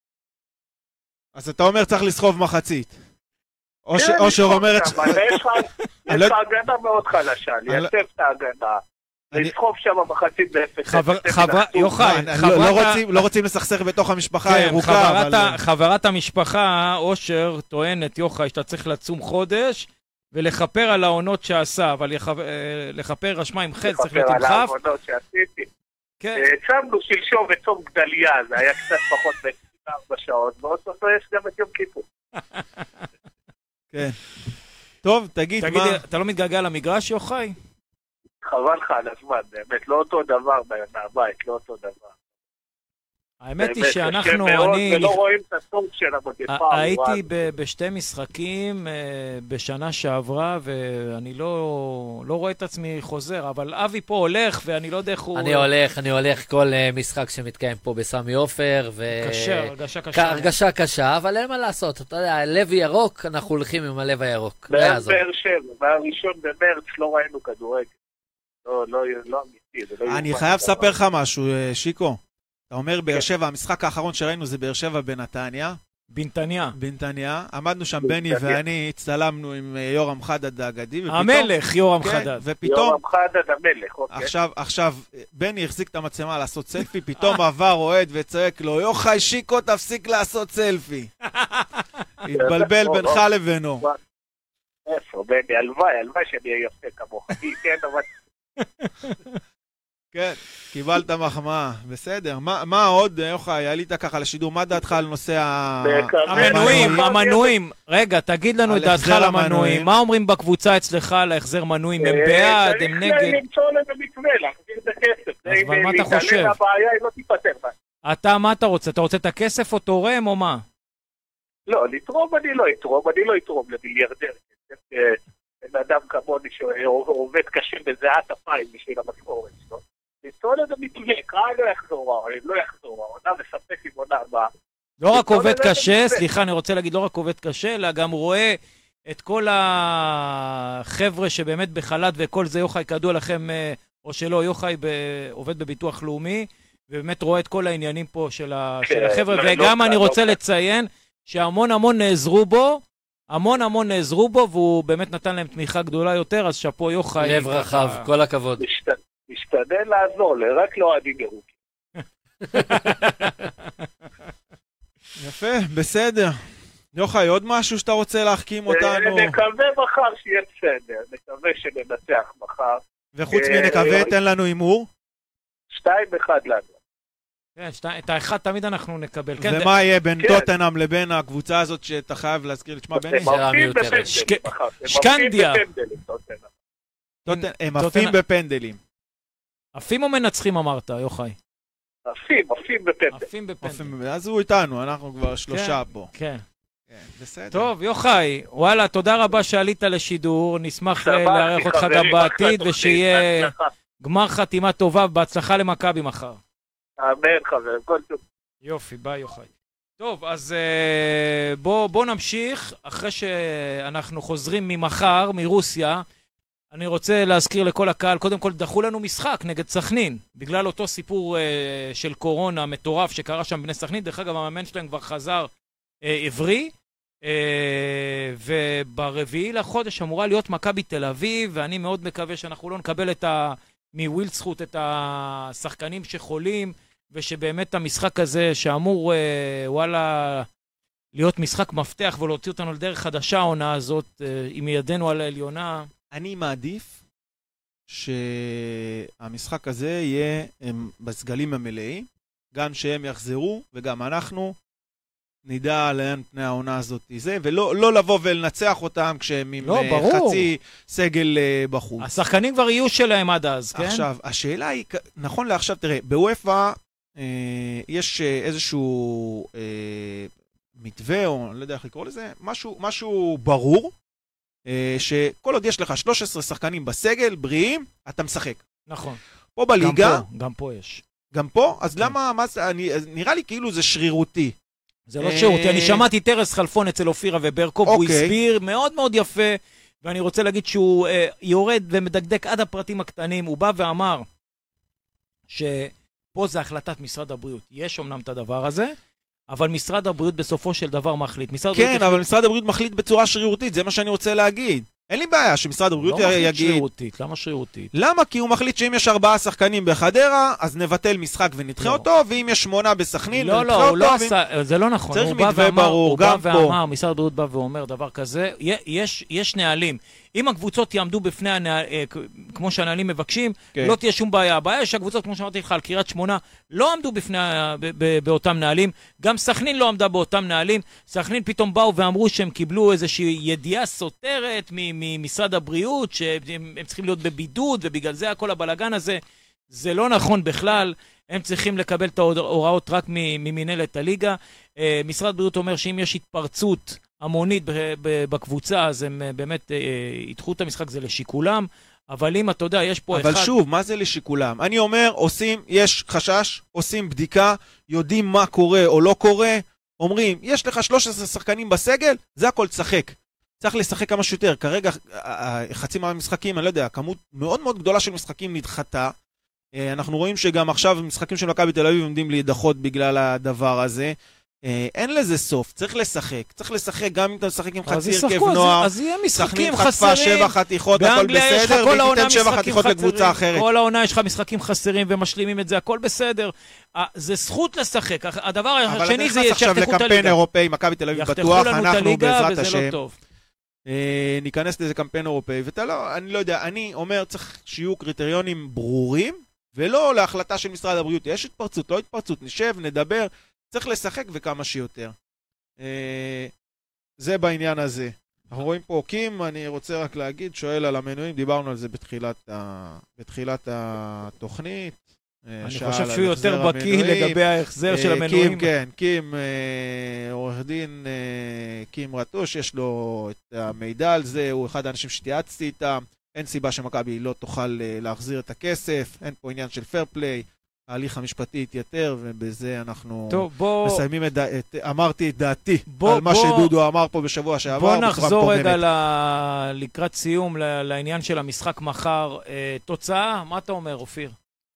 אז אתה אומר צריך לסחוב מחצית. או שאומרת... יש לך הגנה מאוד חלשה, לייצב את ההגנה. לסחוב שם מחצית ב-0-0. יוחאי, לא רוצים לסכסך בתוך המשפחה הירוקה. חברת המשפחה, אושר, טוענת, יוחאי, שאתה צריך לצום חודש ולחפר על העונות שעשה, אבל לחפר רשמה עם חד, צריך לתמחף. לחפר על העונות שעשיתי. צמנו שלשום וצום גדליה, זה היה קצת פחות ב-4 שעות, ועוד סוף יש גם את יום כיפור. כן. טוב, תגיד מה... אתה לא מתגעגע למגרש, יוחאי? חבל לך על הזמן, באמת, לא אותו דבר מהבית, לא אותו דבר. האמת היא שאנחנו, ולא רואים את הסוף של המגפה. הייתי בשתי משחקים בשנה שעברה, ואני לא רואה את עצמי חוזר, אבל אבי פה הולך, ואני לא יודע איך הוא... אני הולך כל משחק שמתקיים פה בסמי עופר, הרגשה קשה. הרגשה קשה, אבל אין מה לעשות, אתה יודע, לב ירוק, אנחנו הולכים עם הלב הירוק. באר שבע, בראשון במרץ לא ראינו כדורגל. לא אמיתי. אני חייב לספר לך משהו, שיקו. אתה אומר באר שבע, המשחק האחרון שראינו זה באר שבע בנתניה. בנתניה. עמדנו שם בני ואני, הצטלמנו עם יורם חדד האגדי. המלך, יורם חדד. יורם חדד המלך, אוקיי. עכשיו, בני החזיק את המצלמה לעשות סלפי, פתאום עבר אוהד וצועק לו, יוחאי שיקו תפסיק לעשות סלפי. התבלבל בינך לבינו. איפה, בני, הלוואי שאני אהיה יפה כמוך. כן, אבל... כן, קיבלת מחמאה, בסדר. מה עוד, יוחאי, עלית ככה לשידור, מה דעתך על נושא המנויים? רגע, תגיד לנו את דעתך על המנויים. מה אומרים בקבוצה אצלך על ההחזר מנויים? הם בעד, הם נגד? צריך למצוא לזה מתווה, להחזיר את הכסף. אבל מה אתה חושב? הבעיה היא לא תיפטר בה. אתה, מה אתה רוצה? אתה רוצה את הכסף או תורם או מה? לא, לתרום אני לא אתרום למיליארדר. בן אדם כמוני שעובד קשה בזיעת אפיים בשביל המשכורת שלו. למצוא לזה מתווה, קרא לא יחזור, העונה מספק עם עונה הבאה. לא רק עובד קשה, סליחה, אני רוצה להגיד, לא רק עובד קשה, אלא גם רואה את כל החבר'ה שבאמת בחל"ת וכל זה, יוחאי, כדוע לכם, או שלא, יוחאי עובד בביטוח לאומי, ובאמת רואה את כל העניינים פה של החבר'ה, וגם אני רוצה לציין שהמון נעזרו בו, והוא באמת נתן להם תמיכה גדולה יותר, אז שפו יוחאי. לב רחב, כל הכבוד. משתדל לעזור, רק לא עדי גירוק. יפה, בסדר. יוחאי, עוד משהו שאתה רוצה להחכים אותנו? נקווה מחר שיהיה בסדר, נקווה שננצח מחר. וחוץ מנקווה, תן לנו אימור. 2-1 לנו. כן, את האחד תמיד אנחנו נקבל. ומה יהיה בין טוטנהאם לבין הקבוצה הזאת שאתה חייב להזכיר לשמה בני? שקנדיה. הם עפים בפנדלים. עפים או מנצחים אמרת, יוחאי? עפים בפנדלים. אז הוא איתנו, אנחנו כבר 3 פה. כן. בסדר. טוב, יוחאי, וואלה, תודה רבה שעלית לשידור, נשמח לארח אותך גם בעתיד, ושיהיה גמר חתימה טובה, בהצלחה למכבי מחר. אמן חבר, כל טוב. יופי, ביי יוחאי. טוב, אז בוא נמשיך, אחרי שאנחנו חוזרים ממחר, מרוסיה, אני רוצה להזכיר לכל הקהל, קודם כל דחו לנו משחק נגד סכנין, בגלל אותו סיפור של קורונה מטורף שקרה שם בני סכנין, דרך אגב המאמן שלהם כבר חזר עברי, וברביעי לחודש אמורה להיות מכבי תל אביב, ואני מאוד מקווה שאנחנו לא נקבל מווילדסחוט את השחקנים שחולים, ושבאמת המשחק הזה שאמור וואלה להיות משחק מפתח ולהוציא אותנו לדרך חדשה העונה הזאת, עם ידנו על העליונה. אני מעדיף שהמשחק הזה יהיה בסגלים המלאים, גם שהם יחזרו וגם אנחנו נדע לאן פני העונה הזאת זה, ולא לבוא ולנצח אותם כשהם עם חצי סגל בחוץ. השחקנים כבר יהיו שלהם עד אז, כן? עכשיו, השאלה היא, נכון לעכשיו, תראה, בוופא יש איזשהו מתווה, או לא יודע איך לקרוא לזה, משהו ברור, שכל עוד יש לך 13 שחקנים בסגל, בריאים, אתה משחק. נכון. פה בליגה... גם פה יש. גם פה? אז למה... נראה לי כאילו זה שרירותי. זה לא שרירותי. אני שמעתי טרס חלפון אצל אופירה וברקוב, הוא הסביר מאוד מאוד יפה, ואני רוצה להגיד שהוא יורד ומדקדק עד הפרטים הקטנים. הוא בא ואמר שפה זה החלטת משרד הבריאות. יש אומנם את הדבר הזה, אבל משרד הבריאות בסופו של דבר מחליט. כן, אבל משרד הבריאות מחליט בצורה שרירותית, זה מה שאני רוצה להגיד. אין לי בעיה שמשרד הבריאות יגיד... לא מחליט שרירותית, למה שרירותית? למה? כי הוא מחליט שאם יש 4 שחקנים בחדרה, אז נבטל משחק ונדחה אותו, ואם יש 8 בסכנין, ונדחה אותו... לא, הוא לא עשה, זה לא נכון. צריך מתווה ברור, גם פה. הוא בא ואמר, משרד הבריאות בא ואומר דבר כזה, יש נהלים. אם הקבוצות יעמדו בפני כמו שהנהלים מבקשים, לא תהיה שום בעיה. הבעיה שהקבוצות, כמו שאמרתי לך, על קריית שמונה, לא עמדו באותם נהלים. גם סכנין לא עמדה באותם נהלים. סכנין פתאום באו ואמרו שהם קיבלו איזושהי ידיעה סותרת ממשרד הבריאות, שהם צריכים להיות בבידוד, ובגלל זה הכל הבלגן הזה. זה לא נכון בכלל. הם צריכים לקבל את ההוראות רק ממנהלת הליגה. משרד הבריאות אומר שאם יש התפרצות המונית בקבוצה, אז הם באמת ידחו את המשחק, זה לשיקולם, אבל אם אתה יודע, יש פה אבל שוב, מה זה לשיקולם? אני אומר, יש חשש, עושים בדיקה, יודעים מה קורה או לא קורה, אומרים, יש לך 13 שחקנים בסגל, זה הכל תשחק. צריך לשחק כמה שיותר. כרגע, חצי מהמשחקים, אני לא יודע, כמות מאוד מאוד גדולה של משחקים נדחתה. אנחנו רואים שגם עכשיו משחקים של מכבי תל אביב עומדים להידחות בגלל הדבר הזה. אין לזה סוף, צריך לשחק גם אם אתה משחק עם חצי הרכב נוער, אז יהיה משחקים חטפה 7 חתיכות, הכל בסדר, ותיתן 7 חתיכות לקבוצה אחרת. כל העונה יש לך משחקים חסרים ומשלימים את זה, הכל בסדר. זה זכות לשחק. הדבר השני זה שיחתכו את הליגה. אבל נכנס עכשיו לקמפיין אירופאי, מכבי תל אביב בטוח, אנחנו בעזרת השם ניכנס לזה קמפיין אירופאי, אני לא יודע, אני אומר צריך שיהיו קריטריונים ברורים, ולא להחלטה של משרד הבריאות. יש התפרצות, לא התפרצות, נשב, נדבר, צריך לשחק וכמה שיותר. זה בעניין הזה. אנחנו רואים פה קים, אני רוצה רק להגיד, שואל על המנויים, דיברנו על זה בתחילת התוכנית. אני חושב שהוא יותר בקיא לגבי ההחזר של המנויים. קים, עורך דין קים רטוש, יש לו את המידע על זה, הוא אחד האנשים שתייעצתי איתם, אין סיבה שמכבי לא תוכל להחזיר את הכסף, אין פה עניין של פייר פליי, ההליך המשפטי יתייתר, ובזה אנחנו מסיימים אמרתי את דעתי על מה שדודו אמר פה בשבוע שעבר. בוא נחזור רגע לקראת סיום לעניין של המשחק מחר. תוצאה, מה אתה אומר, אופיר?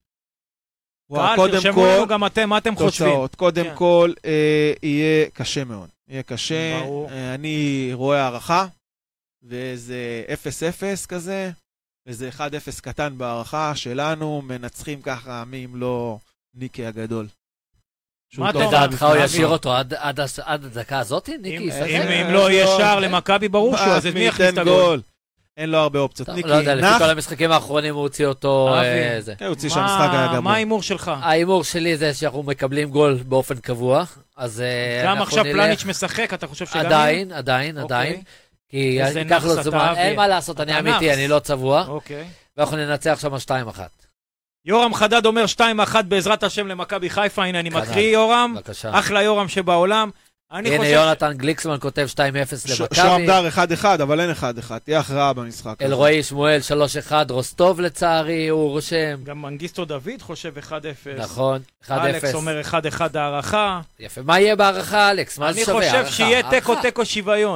תרשמו לנו גם אתם, מה אתם חושבים? קודם כל, יהיה קשה מאוד. יהיה קשה. אני רואה הערכה, וזה 0-0 כזה. וזה 1-0 קטן בערכה שלנו, מנצחים ככה, מי אם לא ניקי הגדול. מה אתה אומר? לדעתך הוא ישאיר אותו עד הדקה הזאת, ניקי? אם לא יהיה שער למכבי ברור שהוא, אז את מי יכניס את הגול? אין לו הרבה אופציות. ניקי, לא יודע, לפי כל המשחקים האחרונים הוא הוציא אותו... הוא הוציא שהמשחק היה גמור. מה האימור שלך? האימור שלי זה שאנחנו מקבלים גול באופן קבוע, אז גם עכשיו פלניץ' משחק, אתה חושב שגם... עדיין. כי ייקח לו זמן, אין מה לעשות, אני אמיתי, אני לא צבוע. ואנחנו ננצח שם 2-1. יורם חדד אומר 2-1 בעזרת השם למכבי חיפה, הנה אני מקריא יורם, אחלה יורם שבעולם. הנה יונתן גליקסמן כותב 2-0 למכבי. שוהם דר 1-1, אבל אין 1-1, תהיה הכרעה במשחק. אלרועי שמואל 3-1, רוסטוב לצערי, הוא רושם. גם מנגיסטו דוד חושב 1-0. נכון, 1-0. אלכס אומר 1-1 הערכה. יפה, מה יהיה בהערכה, אלכס? מה זה שווה? אני חושב שיהיה תיקו שוויון.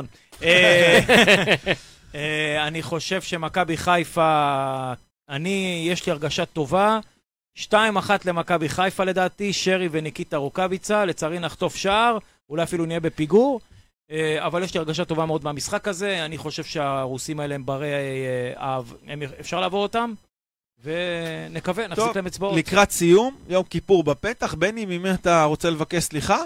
אני חושב שמכבי חיפה, יש לי הרגשה טובה, 2-1 למכבי חיפה לדעתי, שרי וניקיטה רוקביצה, לצערי נחטוף שער, אולי אפילו נהיה בפיגור, אבל יש לי הרגשה טובה מאוד מהמשחק הזה, אני חושב שהרוסים האלה הם ברי, אפשר לעבור אותם, ונקווה, נחזיק להם אצבעות. לקראת סיום, יום כיפור בפתח, בני, ממי אתה רוצה לבקש סליחה?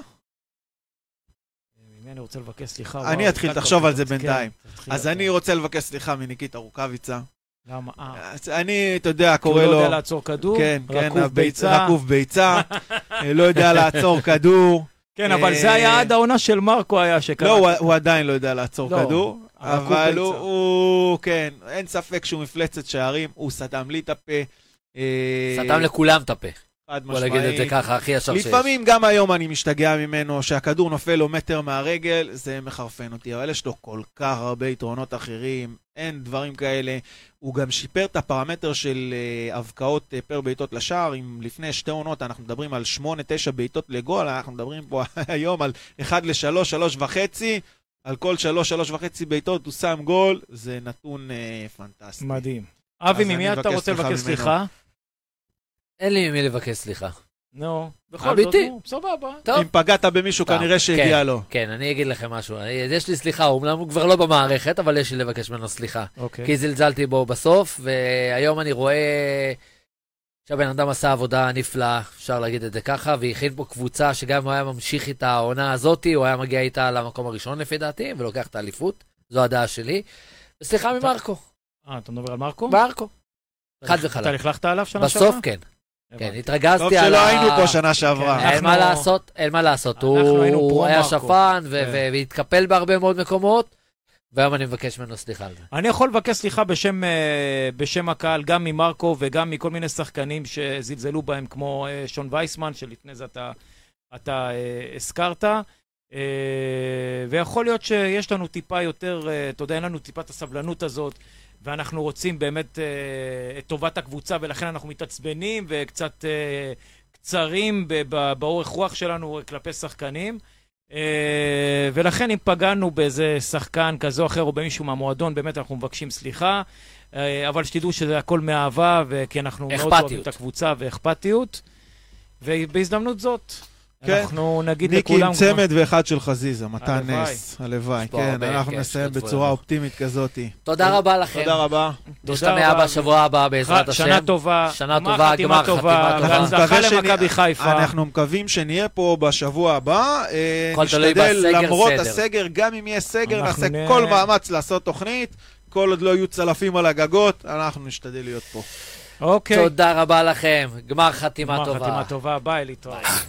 אני רוצה לבקש סליחה. אני אתחיל, תחשוב על זה בינתיים. אז אני רוצה לבקש סליחה מניקיטה רוקביצה. למה? אני, אתה יודע, קורא לו... הוא לא יודע לעצור כדור, רקוב ביצה, לא יודע לעצור כדור. כן, אבל זה היה עד העונה של מרקו היה שקרה. לא, הוא עדיין לא יודע לעצור כדור, אבל הוא, כן, אין ספק שהוא מפלצת שערים, הוא סתם לי את הפה. סתם לכולם את הפה. בוא נגיד את זה ככה, הכי ישר שיש. לפעמים גם היום אני משתגע ממנו, שהכדור נופל לו מטר מהרגל, זה מחרפן אותי, אבל יש לו כל כך הרבה יתרונות אחרים, אין דברים כאלה. הוא גם שיפר את הפרמטר של הבקעות פר בעיטות לשער, אם לפני 2 עונות אנחנו מדברים על 8-9 בעיטות לגול, אנחנו מדברים פה היום על 1-3, 3.5, על כל 3.5 בעיטות הוא שם גול, זה נתון פנטסטי. מדהים. אבי, ממי אתה רוצה לבקש סליחה? אין לי ממי לבקש סליחה. נו, בכל זאת, סבבה. אם פגעת במישהו כנראה שהגיע לו. כן, אני אגיד לכם משהו. יש לי סליחה, אומנם הוא כבר לא במערכת, אבל יש לי לבקש ממנו סליחה. כי זלזלתי בו בסוף, והיום אני רואה שהבן אדם עשה עבודה נפלאה, אפשר להגיד את זה ככה, והכין פה קבוצה שגם אם הוא היה ממשיך איתה העונה הזאת, הוא היה מגיע איתה למקום הראשון לפי דעתי, ולוקח את האליפות. זו הדעה שלי. וסליחה ממרקו. אתה מדבר על מרקו? מרקו. חד וחלק. אתה לכלכת עליו שנה שעברה? בסוף כן. כן, התרגזתי טוב שלא היינו פה שנה שעברה. אין מה לעשות, הוא היה שפן והתקפל בהרבה מאוד מקומות, והיום אני מבקש ממנו סליחה על זה. אני יכול לבקש סליחה בשם הקהל, גם ממרקו וגם מכל מיני שחקנים שזלזלו בהם, כמו שון וייסמן, שלפני זה אתה הזכרת, ויכול להיות שיש לנו טיפה יותר, אתה יודע, אין לנו טיפה את הסבלנות הזאת, ואנחנו רוצים באמת את טובת הקבוצה, ולכן אנחנו מתעצבנים וקצת קצרים באורך רוח שלנו כלפי שחקנים. ולכן אם פגענו באיזה שחקן כזה או אחר או במישהו מהמועדון, באמת אנחנו מבקשים סליחה, אבל שתדעו שזה הכל מאהבה, כי אנחנו מאוד אוהבים את הקבוצה ואכפתיות. ובהזדמנות זאת, אנחנו נגיד לכולם... ניקי עם צמד ואחד של חזיזה, מתן נס, הלוואי. כן, אנחנו נסיים בצורה אופטימית כזאת. תודה רבה לכם. תודה רבה. נשתמע בשבוע הבא בעזרת השם. שנה טובה. שנה טובה, גמר חתימה טובה. הצלחה למכבי חיפה. אנחנו מקווים שנהיה פה בשבוע הבא. נשתדל למרות הסגר, גם אם יהיה סגר, נעשה כל מאמץ לעשות תוכנית. כל עוד לא יהיו צלפים על הגגות, אנחנו נשתדל להיות פה. תודה רבה לכם. גמר חתימה טובה. גמר חתימה טובה, ביי, להתראות.